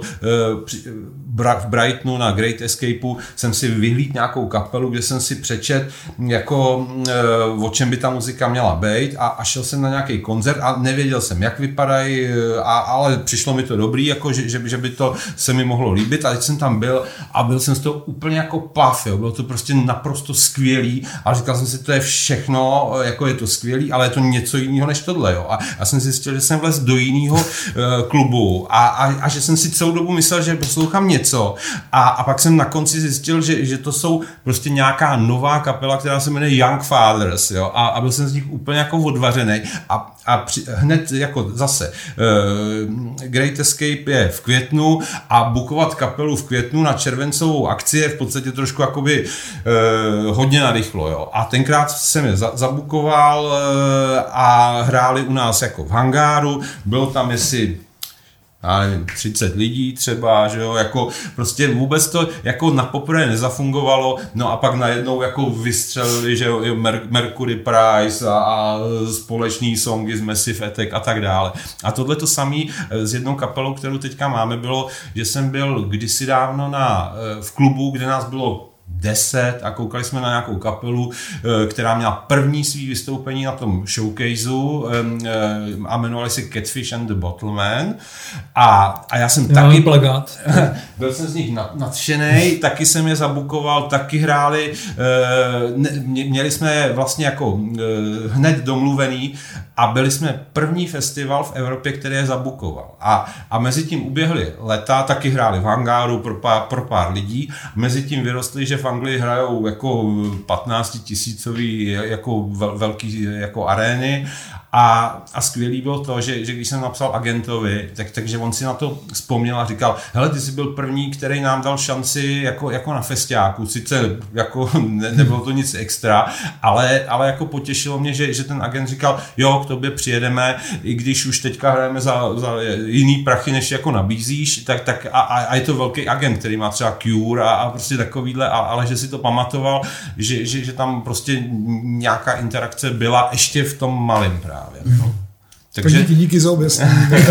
v Brightonu na Great Escapeu jsem si vyhlídl nějakou kapelu, kde jsem si přečet, jako o čem by ta muzika měla být a šel jsem na nějaký koncert a nevěděl jsem, jak vypadají, ale přišlo mi to dobrý, jako že by to se mi mohlo líbit a teď jsem tam byl a byl jsem z toho úplně jako pav, jo. Bylo to prostě naprosto skvělý a říkal jsem si, to je všechno, jako je to skvělý, ale je to něco jiného než tohle, jo. A já jsem zjistil, že jsem vlez do jiného klubu a že jsem si celou dobu myslel, že poslouchám něco a pak jsem na konci zjistil, že to jsou prostě nějaká nová kapela, která se jmenuje Young Fathers, jo, a byl jsem z nich úplně jako odvařenej a hned jako zase Great Escape je v květnu a bukovat kapelu v květnu na červencovou akci je v podstatě trošku jakoby hodně narychlo, jo. A tenkrát jsem je zabukoval a hráli u nás jako v hangáru, bylo tam já nevím, 30 lidí třeba, že jo, jako prostě vůbec to jako na poprvé nezafungovalo, no a pak najednou jako vystřelili, že jo, Mercury Price a společný songy z Massive Attack a tak dále. A tohle to samý s jednou kapelou, kterou teďka máme, bylo, že jsem byl kdysi dávno v klubu, kde nás bylo 10 a koukali jsme na nějakou kapelu, která měla první svý vystoupení na tom showcaseu a jmenovali se Catfish and the Bottleman a já jsem taky plagát. Byl jsem z nich nadšenej, taky jsem je zabukoval, taky hráli, měli jsme vlastně jako hned domluvený a byli jsme první festival v Evropě, který je zabukoval. A mezi tím uběhly leta, taky hráli v hangáru pro pár lidí, mezi tím vyrostli, že v Anglii hrajou jako 15 tisícový jako velký jako arény a skvělý bylo to, že když jsem napsal agentovi, takže on si na to vzpomněl a říkal, hele, ty jsi byl první, který nám dal šanci jako na festiáku, sice jako nebylo to nic extra, ale jako potěšilo mě, že ten agent říkal, jo, k tobě přijedeme, i když už teďka hrajeme za jiný prachy, než jako nabízíš, tak a je to velký agent, který má třeba Cure a prostě takovýhle, ale že si to pamatoval, že tam prostě nějaká interakce byla ještě v tom malém právě. No. Takže díky za objasnění.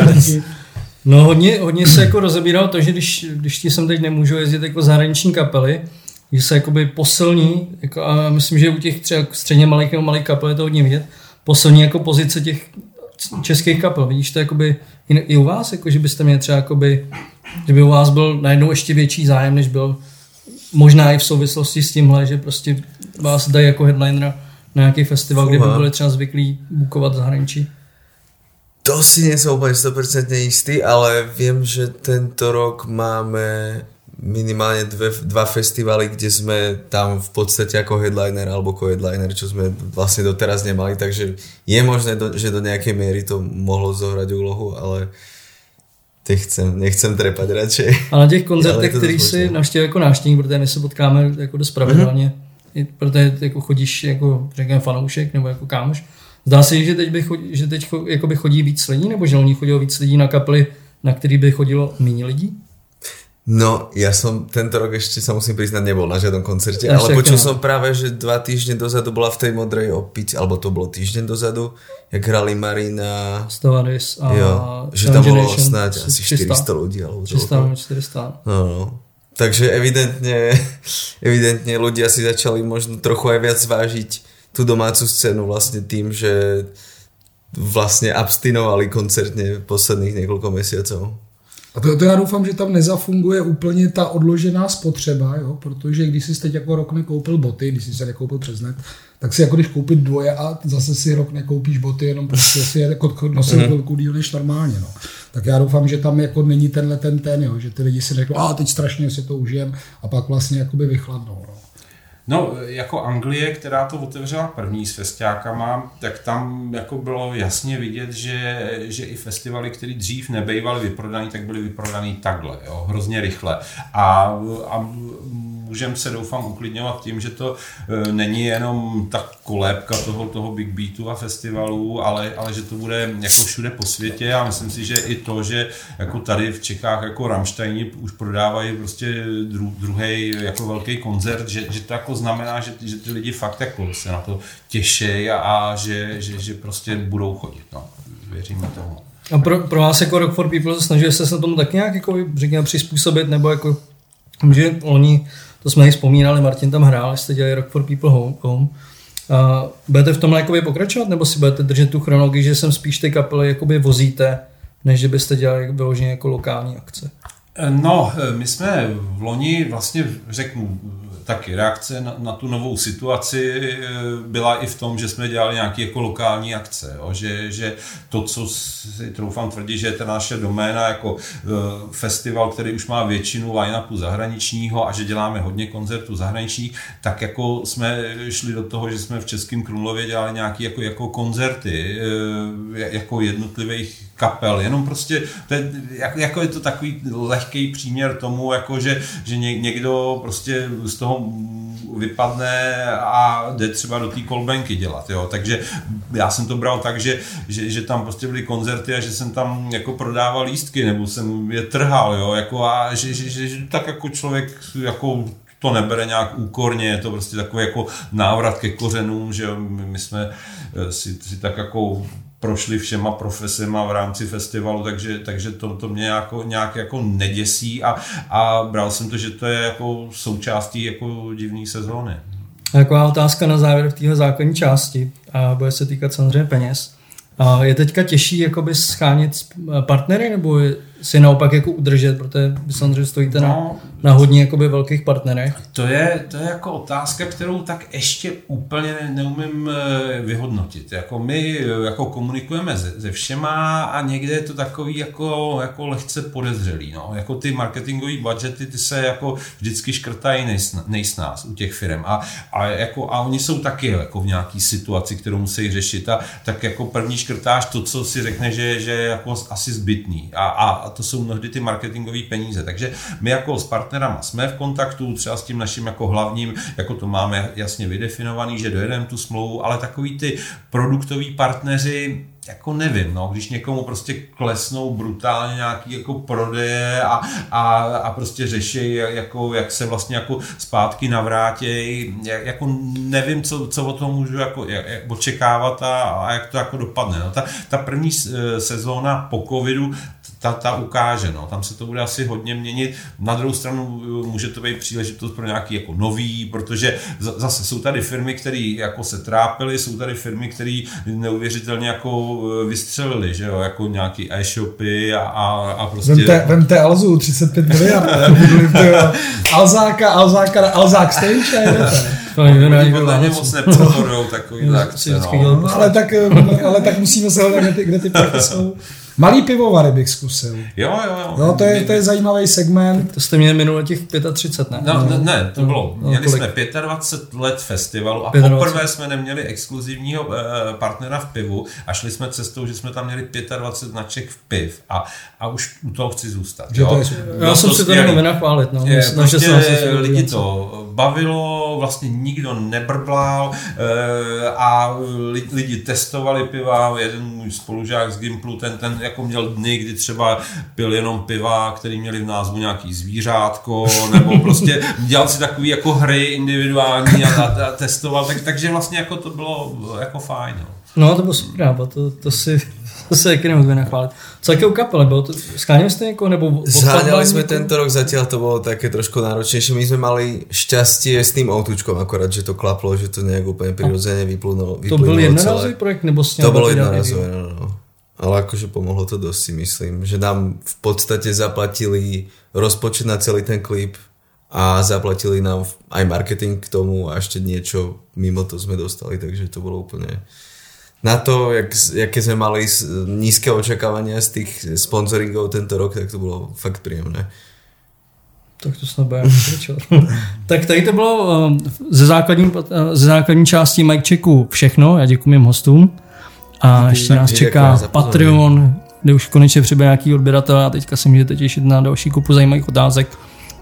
No hodně se jako rozebíral to, že když ti sem teď nemůžu jezdit jako zahraniční kapely, že se jakoby posilní, jako, a myslím, že u těch třeba středně malých nebo malých kapel je to hodně vidět, posilní jako pozice těch českých kapel. Vidíš to jakoby i u vás, jako, že byste měli třeba jakoby, že by u vás byl najednou ještě větší zájem, než byl možná i v souvislosti s tímhle, že prostě vás dají jako headlinera na nějaký festival, kde by byli třeba zvyklí bukovat zahraničí? To si nie som úplne 100% istý, ale viem, že tento rok máme minimálne dva festivaly, kde sme tam v podstate ako headliner alebo co-headliner, čo sme vlastne doteraz nemali, takže je možné, že do nejakej miery to mohlo zohrať úlohu, ale nechcem trepať radšej. A na těch koncertech, který si navštěvil jako návštěvník, protože my se potkáme jako dost pravidelně, protože jako chodíš jako řekněme fanoušek nebo jako kámoš. Zdá se, že teď chodí víc lidí, nebo že loni chodilo víc lidí na kapely, na který by chodilo méně lidí? No, ja som tento rok ešte sa musím priznať, nebol na žiadnom koncerte, ale počul som práve, že 2 týždne dozadu bola v tej Modrej opici, alebo to bolo týždeň dozadu, jak hrali Marina, Stellaris a jo, že tam bolo snáď asi 400 ľudí. 400. No. Takže evidentne ľudia si začali možno trochu aj viac zvážiť tú domácu scénu vlastne tým, že vlastne abstinovali koncertne posledných niekoľko mesiacov. A to já doufám, že tam nezafunguje úplně ta odložená spotřeba, jo? Protože když jsi teď jako rok nekoupil boty, když jsi se nekoupil přes net, tak si jako když koupit dvoje a zase si rok nekoupíš boty, jenom prostě si je jako nosil chvilku díl než normálně. No. Tak já doufám, že tam jako není ten, jo? Že ty lidi si řeknou, teď strašně si to užijem a pak vlastně jakoby vychladnou. No. No, jako Anglie, která to otevřela první s festiákama, tak tam jako bylo jasně vidět, že i festivaly, které dřív nebejvaly vyprodaný, tak byly vyprodaný takhle, jo, hrozně rychle. A můžeme se doufám uklidňovat tím, že to není jenom ta kolébka toho Big Beatu a festivalů, ale že to bude jako všude po světě a myslím si, že i to, že jako tady v Čechách jako Rammsteini už prodávají prostě druhý jako velký koncert, že to jako znamená, že ty lidi fakt jako se na to těší a že prostě budou chodit. No. Věříme tomu. A pro vás jako Rock for People snažili jste se na tom tak nějak jako, řekněme, přizpůsobit, nebo jako, že oni, to jsme i vzpomínali, Martin tam hrál, jste dělali Rock for People Home. Budete v tomhle jakoby pokračovat, nebo si budete držet tu chronologii, že sem spíš ty kapely jakoby vozíte, než že byste dělali vyloženě jako lokální akce? No, my jsme v loni vlastně, řeknu, taky reakce na tu novou situaci byla i v tom, že jsme dělali nějaké jako lokální akce, jo? Že to, co si troufám tvrdit, že je ta naše doména jako festival, který už má většinu line-upu zahraničního a že děláme hodně koncertů zahraničních, tak jako jsme šli do toho, že jsme v Českém Krumlově dělali nějaké jako koncerty jako jednotlivých kapel, jenom prostě jako je to takový lehký příměr tomu, jako že někdo prostě z toho vypadne a jde třeba do té kolbenky dělat, jo. Takže já jsem to bral tak, že tam prostě byly koncerty a že jsem tam jako prodával lístky, nebo jsem je trhal, jo, jako a že tak jako člověk jako to nebere nějak úkorně, je to prostě takový jako návrat ke kořenům, že my jsme si tak jako prošli všema profesema v rámci festivalu, takže to mě nějak jako neděsí a bral jsem to, že to je jako součástí jako divné sezóny. Taková otázka na závěr v téhle základní části a bude se týkat samozřejmě peněz. Je teďka těžší jakoby schánit partnery, nebo si naopak jako udržet, protože vy samozřejmě stojíte na hodně jakoby velkých partnerech? To je jako otázka, kterou tak ještě úplně neumím vyhodnotit. Jako my jako komunikujeme se všema a někde je to takový jako lehce podezřelý. No. Jako ty marketingové budgety, ty se jako vždycky škrtají nejsnáz u těch firm. A oni jsou taky jako v nějaký situaci, kterou musí řešit. A tak jako první škrtáš to, co si řekne, že je jako asi zbytný. A to jsou mnohdy ty marketingové peníze. Takže my jako s partnerama jsme v kontaktu, třeba s tím naším jako hlavním, jako to máme jasně vydefinovaný, že dojedeme tu smlouvu, ale takový ty produktoví partneři, jako nevím, no, když někomu prostě klesnou brutálně nějaký jako prodeje a prostě řeší, jako, jak se vlastně jako zpátky navrátěj, jako nevím, co o tom můžu jako očekávat a jak to jako dopadne. No, ta první sezóna po covidu, ta ukáže, no. Tam se to bude asi hodně měnit. Na druhou stranu může to být příležitost pro nějaký jako nový, protože zase jsou tady firmy, které jako se trápily, jsou tady firmy, které neuvěřitelně jako vystřelili, že jo, jako nějaký e-shopy a prostě... Vemte Alzu, 35 miliard, Alzák Stage a jedete. Oni podle mě moc nepodporujou takový akce, no. Ale tak musíme se hledat, kde ty prachy jsou. Malý pivovary bych zkusil. Jo. No, to je zajímavý segment. To jste měli minule těch 35, ne? Ne, to bylo. Měli jsme 25 let festivalu a poprvé jsme neměli exkluzivního partnera v pivu a šli jsme cestou, že jsme tam měli 25 značek v piv a už u toho chci zůstat. Jo? Já jsem si to jenom nenachválit. No. Prostě lidi to bavilo, vlastně nikdo nebrblal a lidi testovali piva. Jeden můj spolužák z Gimplu, ten jako měl dny, kdy třeba pil jenom piva, který měli v názvu nějaký zvířátko, nebo prostě dělal si takový jako hry individuální a testoval, takže vlastně jako to bylo jako fajn. No to bylo super, to se jaký nemůžeme nachválit. Co jaké kapele bylo? Scháněli jste někoho? Nebo zháňali jsme tento rok, zatiaľ to bolo také trošku náročnejšie. My sme mali šťastie s tým outučkom, akorát, že to klaplo, že to nejak úplne prirodzene vyplynulo. To byl jednorazový projekt? Nebo to bolo jednorazové, no. Ale akože pomohlo to dosť, si myslím, že nám v podstate zaplatili rozpočet na celý ten klip a zaplatili nám aj marketing k tomu a ešte niečo mimo to sme dostali, takže to bolo úplne na to, jaké sme mali nízke očakávania z tých sponsoringov tento rok, tak to bolo fakt príjemné. Tak to snad budeme pokračovat. Tak tady to bylo ze základní části Mic Checku všechno, já děkuji mým hostům. A ještě nás čeká Patreon, kde už konečně přibude nějaký odběratel a teďka se můžete těšit na další kupu zajímavých otázek.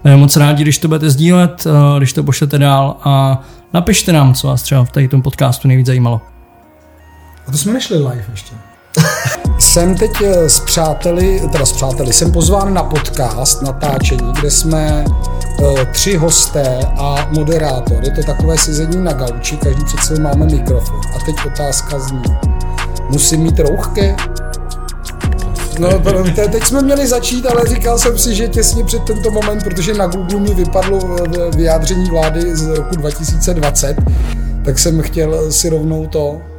moc rádi, když to budete sdílet, když to pošlete dál a napište nám, co vás třeba v tady tom podcastu nejvíc zajímalo. A to jsme nešli live ještě. Jsem teď s přáteli, jsem pozván na podcast, natáčení, kde jsme 3 hosté a moderátor. Je to takové sezení na gauči, každý před sebou máme mikrofon. A teď otázka zní, musím mít roušky? No, teď jsme měli začít, ale říkal jsem si, že těsně před tento moment, protože na Google mi vypadlo vyjádření vlády z roku 2020, tak jsem chtěl si rovnou to